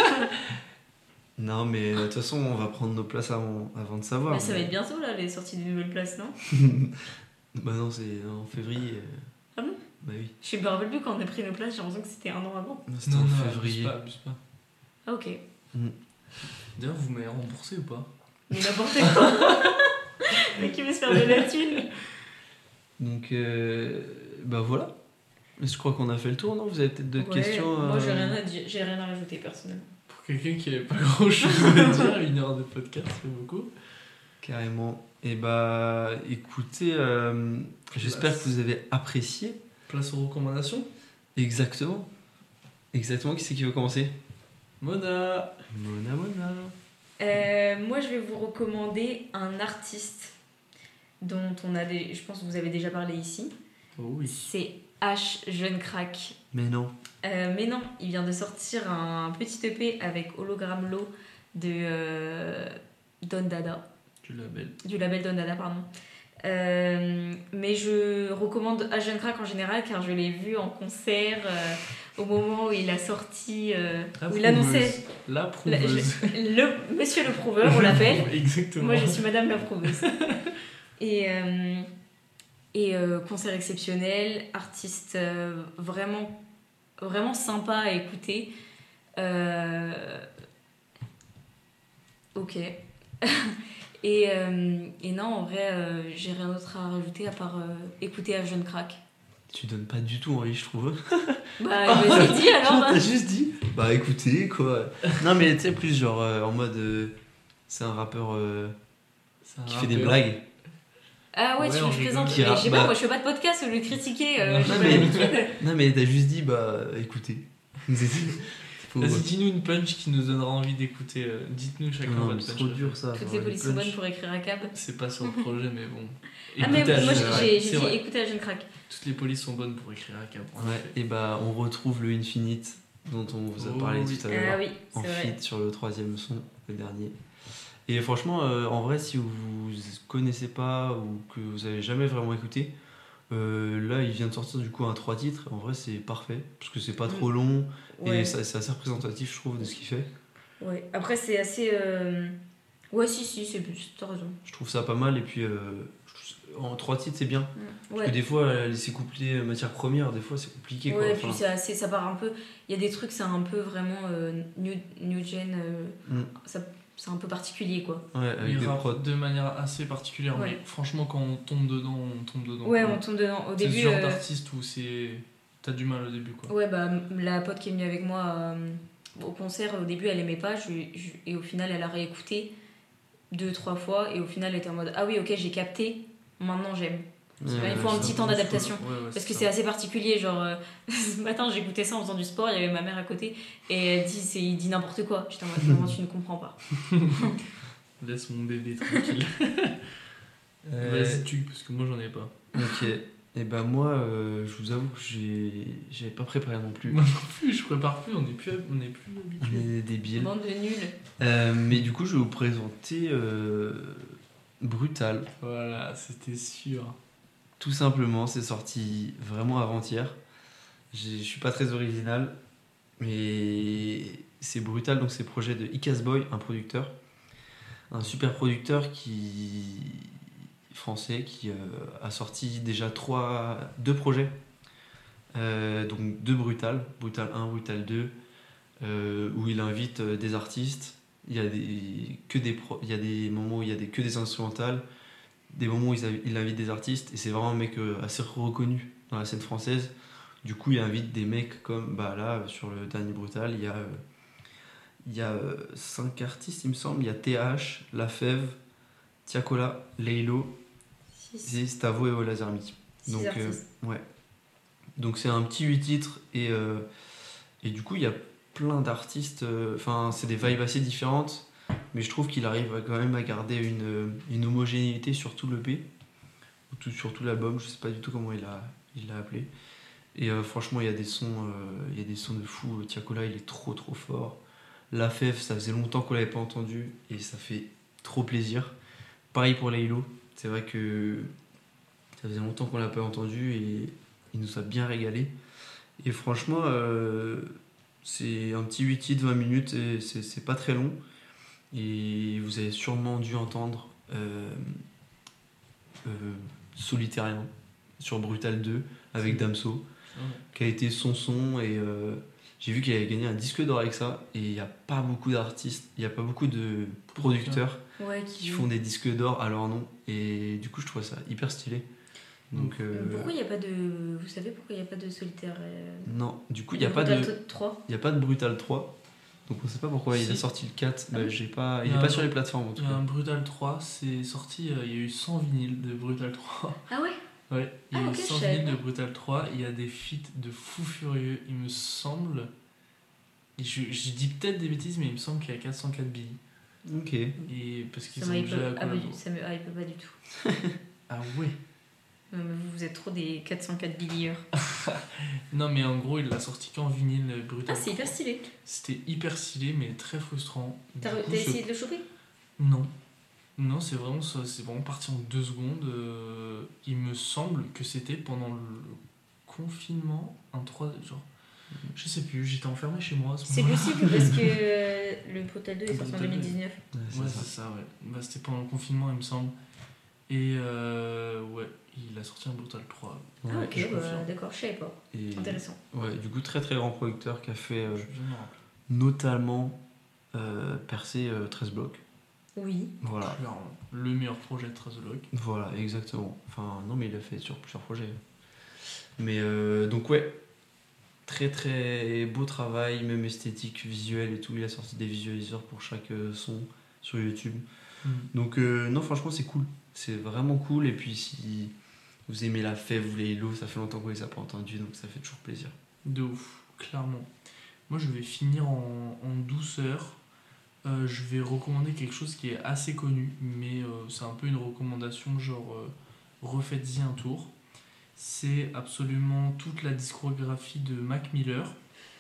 Non, mais euh, de toute façon, on va prendre nos places avant, avant de savoir. Bah, ça va mais- être bientôt là, les sorties des nouvelles places, non? Bah non, c'est en février. euh. Ah bon? Bah oui. Je me rappelle plus quand on a pris nos places, j'ai l'impression que c'était un an avant. Non, C'était Non, en non, février. abuse pas, abuse pas. Ah, ok. D'ailleurs, vous m'avez remboursé ou pas? Mais n'importe quoi Mais qui veut se faire de la thune? Donc, euh, bah voilà. Je crois qu'on a fait le tour, non? Vous avez peut-être d'autres Ouais, questions Moi, euh, j'ai rien à dire, j'ai rien à rajouter personnellement. Pour quelqu'un qui avait pas grand chose à dire, une heure de podcast, c'est beaucoup. Carrément. Et bah, écoutez, euh, j'espère que vous avez apprécié. Place aux recommandations. Exactement. Exactement. Qui c'est qui veut commencer? Mona. Mona, Mona. Euh, moi, je vais vous recommander un artiste dont on a des... je pense que vous avez déjà parlé ici. Oh oui. C'est H Jeune Crack. Mais non. Euh, mais non, il vient de sortir un petit E P avec Hologram Low de euh, Don Dada, Du label. du label Don Dada, pardon. Euh, mais je recommande H Jeune Crack en général car je l'ai vu en concert euh, au moment où il a sorti, euh, La où il annonçait La la- prouveuse. je- le Monsieur le Prouveur, on l'appelle. Exactement. Moi, je suis Madame la Prouveuse. Et, euh, et euh, concert exceptionnel, artiste euh, vraiment, vraiment sympa à écouter. Euh, ok. et, euh, et non, en vrai, euh, j'ai rien d'autre à rajouter à part euh, écouter à Jeune Crack. Tu donnes pas du tout envie, je trouve. Bah, vas-y, dis alors. T'as juste dit, bah écoutez, quoi. Non, mais tu sais, plus genre euh, en mode. euh, c'est un rappeur euh, C'est un qui fait des rappeur. blagues. Ah ouais, Ouais, tu on je rigole. présente. Qui Mais ra- je sais bah- pas, moi je fais pas de podcast où le critiquer, euh, Non, j'ai non, pas mais- l'habitude. Non, mais t'as juste dit, bah écoutez. Faut- Vas-y, dis-nous une punch qui nous donnera envie d'écouter. euh, Dites-nous chacun Non, votre mais c'est punch. trop dur ça. Toutes genre, les polices sont punchs. bonnes pour écrire à cab. C'est pas sur le projet, mais bon. Ah, mais Écoutez à moi la j'ai jeune- j'ai- c'est j'ai dit vrai. écoutez à jeune crack. Toutes les polices sont bonnes pour écrire à cap. en Ouais, effet. et bah on retrouve le Infinite dont on vous a Oh parlé oui. tout à Ah l'heure. oui, En c'est vrai. feat sur le troisième son, le dernier. Et franchement, euh, en vrai, si vous connaissez pas ou que vous avez jamais vraiment écouté, euh, là il vient de sortir du coup un trois titres. En vrai, c'est parfait parce que c'est pas trop long Ouais. et ça- c'est assez représentatif, je trouve, de ce qu'il fait. Ouais. Après, c'est assez. euh, Ouais, si, si, c'est plus. T'as raison. Je trouve ça pas mal et puis euh, je trouve- en trois titres, c'est bien. Mm. Parce Ouais. que des fois, euh, laisser coupler euh, matière première, des fois, c'est compliqué. Quoi. Ouais, Enfin, puis c'est assez, ça part un peu. Il y a des trucs, c'est un peu vraiment euh, new, new gen. euh, Mm. ça, c'est un peu particulier, quoi. ouais, avec Il des rappe prods. de manière assez particulière, Ouais. mais franchement, quand on tombe dedans, on tombe dedans. Ouais, quoi. on tombe dedans. Au C'est début. ce genre euh, d'artiste où c'est. T'as du mal au début, quoi. Ouais, bah, la pote qui est venue avec moi euh, au concert, au début, elle aimait pas. Je, je- et au final, elle a réécouté deux, trois fois. Et au final, elle était en mode ah oui, ok, j'ai capté. Maintenant, j'aime. Ouais, il faut ouais, un ça- petit temps d'adaptation. Ouais, ouais, Parce que ça. c'est assez particulier, genre euh, ce matin j'écoutais ça en faisant du sport, il y avait ma mère à côté et elle dit c'est il dit n'importe quoi. J'étais en mode maman tu ne comprends pas. Laisse mon bébé tranquille. Euh, Vas-y, tu, parce que moi j'en ai pas. Ok. Et ben moi, euh, je vous avoue que j'ai, j'avais pas préparé non plus. Moi non plus, je prépare plus, on est plus, on est plus On habitué. est des débiles. Bande de nuls. Euh, mais du coup, je vais vous présenter euh, Brutal. Voilà, c'était sûr. Tout simplement, c'est sorti vraiment avant-hier. J'ai- Je suis pas très original, mais c'est Brutal, donc c'est le projet de Icas Boy, un producteur. Un super producteur qui français qui euh, a sorti déjà trois, deux projets. Euh, donc deux Brutal, Brutal un, Brutal deux, euh, où il invite euh, des artistes. Il y a des, que des pro- il y a des moments où il y a des, que des instrumentales, des moments où il, invi- il invite des artistes, et c'est vraiment un mec euh, assez reconnu dans la scène française. Du coup, il invite des mecs comme, bah là, sur le dernier Brutal, il y a, euh, il y a euh, cinq artistes, il me semble. Il y a T H, La Fève, Tiakola, Leilo, Six. et Stavo et Olazermi. Six Donc, euh, artistes. ouais. Donc c'est un petit huit titres et, euh, et du coup il y a plein d'artistes, enfin c'est des vibes assez différentes, mais je trouve qu'il arrive à- quand même à garder une, euh, une homogénéité sur tout l'E P, ou tout, sur tout l'album, je sais pas du tout comment il l'a il l'a appelé. Et euh, franchement il y a des sons, euh, il y a des sons de fou. Tiakola il est trop trop fort. La Fève, ça faisait longtemps qu'on l'avait pas entendu et ça fait trop plaisir. Pareil pour Laylo, c'est vrai que ça faisait longtemps qu'on l'a pas entendu et il nous a bien régalé. Et franchement, euh, c'est un petit huit titres, vingt minutes, et c'est c'est pas très long. Et vous avez sûrement dû entendre euh, euh, Solitairement sur Brutal deux avec Damso, Ouais. qui a été son son. Et euh, j'ai vu qu'il avait gagné un disque d'or avec ça. Et il n'y a pas beaucoup d'artistes, il n'y a pas beaucoup de producteurs Ouais, qui font des disques d'or à leur nom. Et du coup, je trouve ça hyper stylé. Donc, euh, Pourquoi il n'y a pas de. Vous savez pourquoi il n'y a pas de solitaire euh, non, du coup, il n'y a, pas de- Brutal trois. il y a pas de Brutal trois. Donc, on sait pas pourquoi il a Si. sorti le quatre. Ah Bah, oui. j'ai pas, Il il y est a pas un- sur les plateformes en tout Il y a cas. un Brutal trois, c'est sorti, euh, il y a eu cent vinyles de Brutal trois. Ah ouais. Ouais, il y a Ah, eu ok, je cent savais vinyles de pas. Brutal trois, il y a des feats de fou furieux, il me semble. Et je, je dis peut-être des bêtises, mais il me semble qu'il y a quatre cent quatre Billy. Ok. Et parce qu'ils Ça ont me hype déjà ah, collaboré. oui, ça me hype pas du tout. Ah ouais. Non, mais vous, vous êtes trop des quatre cent quatre billiers. Non, mais en gros, il l'a sorti qu'en vinyle euh, Brutal. Ah, c'est hyper stylé. C'était hyper stylé, mais très frustrant. T'as Du coup, t'as ce- essayé de le choper? Non. Non, c'est vraiment ça, c'est vraiment parti en deux secondes. euh, il me semble que c'était pendant le confinement, un trois genre. Je sais plus, j'étais enfermé chez moi à ce C'est moment-là. possible parce que euh, le Brutal deux est sorti en Brutal deux mille deux. dix-neuf. Ouais, c'est Ouais, ça. c'est ça, ouais. Bah, c'était pendant le confinement, il me semble. Et euh, ouais, il a sorti un Brutal trois. Ouais, Ah, ok, je bah, confirme. d'accord, je savais pas. et- Intéressant. Ouais, du coup, très très grand producteur qui a fait euh, Je viens de me rappeler. notamment euh, percer euh, treize blocs. Oui. Voilà. Clairement, le meilleur projet de treize blocs. Voilà, exactement. Enfin, non, mais il a fait sur plusieurs projets. Mais euh, donc ouais, très très beau travail, même esthétique, visuel et tout. Il a sorti des visualiseurs pour chaque euh, son sur YouTube. Mm. Donc euh, non, franchement c'est cool. C'est vraiment cool. Et puis si vous aimez la fève, vous voulez l'eau, ça fait longtemps qu'on les a pas entendus, donc ça fait toujours plaisir. De ouf, clairement. Moi, je vais finir en, en douceur. Euh, je vais recommander quelque chose qui est assez connu, mais euh, c'est un peu une recommandation genre euh, refaites-y un tour. C'est absolument toute la discographie de Mac Miller.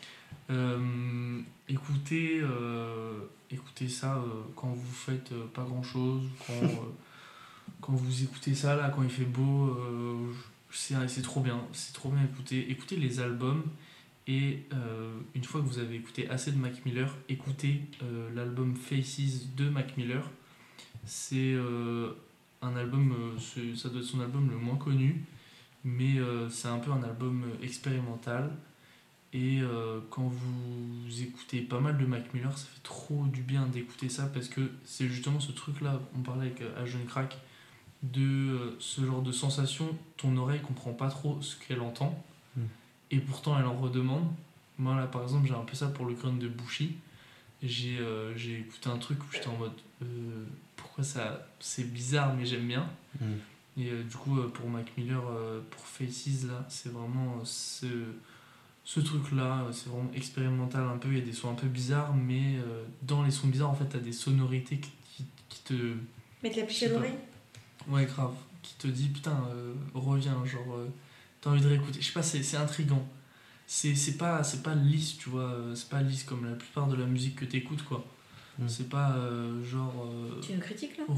Euh, écoutez, euh, écoutez ça euh, quand vous faites euh, pas grand chose, quand, euh, quand vous écoutez ça là, quand il fait beau, euh, c'est, c'est trop bien, c'est trop bien écouter. Écoutez les albums. Et euh, une fois que vous avez écouté assez de Mac Miller, écoutez euh, l'album Faces de Mac Miller. C'est euh, un album, euh, c'est, ça doit être son album le moins connu, mais euh, c'est un peu un album expérimental. Et euh, quand vous écoutez pas mal de Mac Miller, ça fait trop du bien d'écouter ça parce que c'est justement ce truc-là, on parlait avec euh, Agent Crack, de euh, ce genre de sensation, ton oreille comprend pas trop ce qu'elle entend. Mm. Et pourtant elle en redemande. Moi là par exemple j'ai un peu ça pour le Grunt de Bushi. J'ai, euh, j'ai écouté un truc où j'étais en mode euh, pourquoi ça c'est bizarre mais j'aime bien. Mm. Et euh, du coup euh, pour Mac Miller, euh, pour Faces là, c'est vraiment euh, ce, ce truc là, c'est vraiment expérimental un peu, il y a des sons un peu bizarres mais euh, dans les sons bizarres en fait t'as des sonorités qui, qui, qui te... Mettre la piche à l'oreille. Ouais grave, qui te dit putain euh, reviens genre... Euh, t'as envie de réécouter, je sais pas, c'est, c'est intriguant. C'est, c'est, pas, c'est pas lisse, tu vois, c'est pas lisse comme la plupart de la musique que t'écoutes, quoi. Mm. C'est pas euh, genre... Euh... Tu nous critiques, là?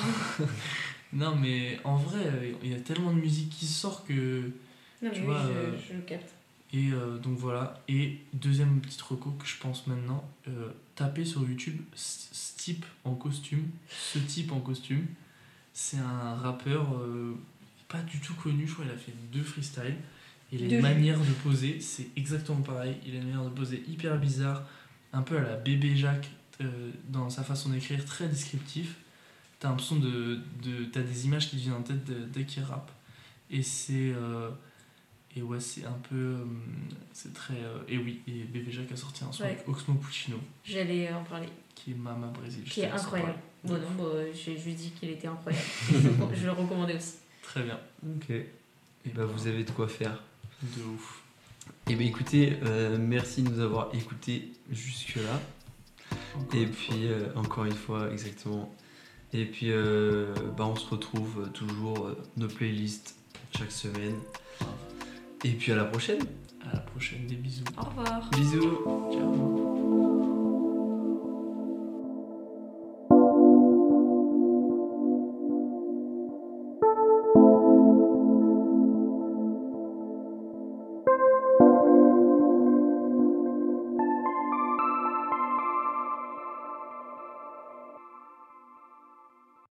Non, mais en vrai, il y a tellement de musique qui sort que... Non, mais tu oui, vois, je, euh... je le capte. Et euh, donc voilà. Et deuxième petite reco que je pense maintenant, euh, tapez sur YouTube ce type en costume, ce type en costume. C'est un rappeur... Euh... pas du tout connu, je crois qu'il a fait deux freestyles et les deux manières de poser c'est exactement pareil, il a une manière de poser hyper bizarre, un peu à la Bébé Jacques euh, dans sa façon d'écrire, très descriptif. T'as l'impression de, de t'as des images qui te viennent en tête de, dès qu'il rappe et c'est euh, et ouais c'est un peu euh, c'est très euh, et oui et Bébé Jacques a sorti un son ouais. avec Oxmo Puccino, j'allais en parler, qui est Mama Brésil, qui est incroyable. Bon non bon, j'ai juste dit qu'il était incroyable. Je le recommandais aussi. Très bien. Ok. Et bah vous avez de quoi faire. De ouf. Et bah écoutez, euh, merci de nous avoir écoutés jusque-là. Encore et puis euh, encore une fois, exactement. Et puis euh, bah on se retrouve toujours euh, nos playlists chaque semaine. Et puis à la prochaine. À la prochaine, des bisous. Au revoir. Bisous. Ciao.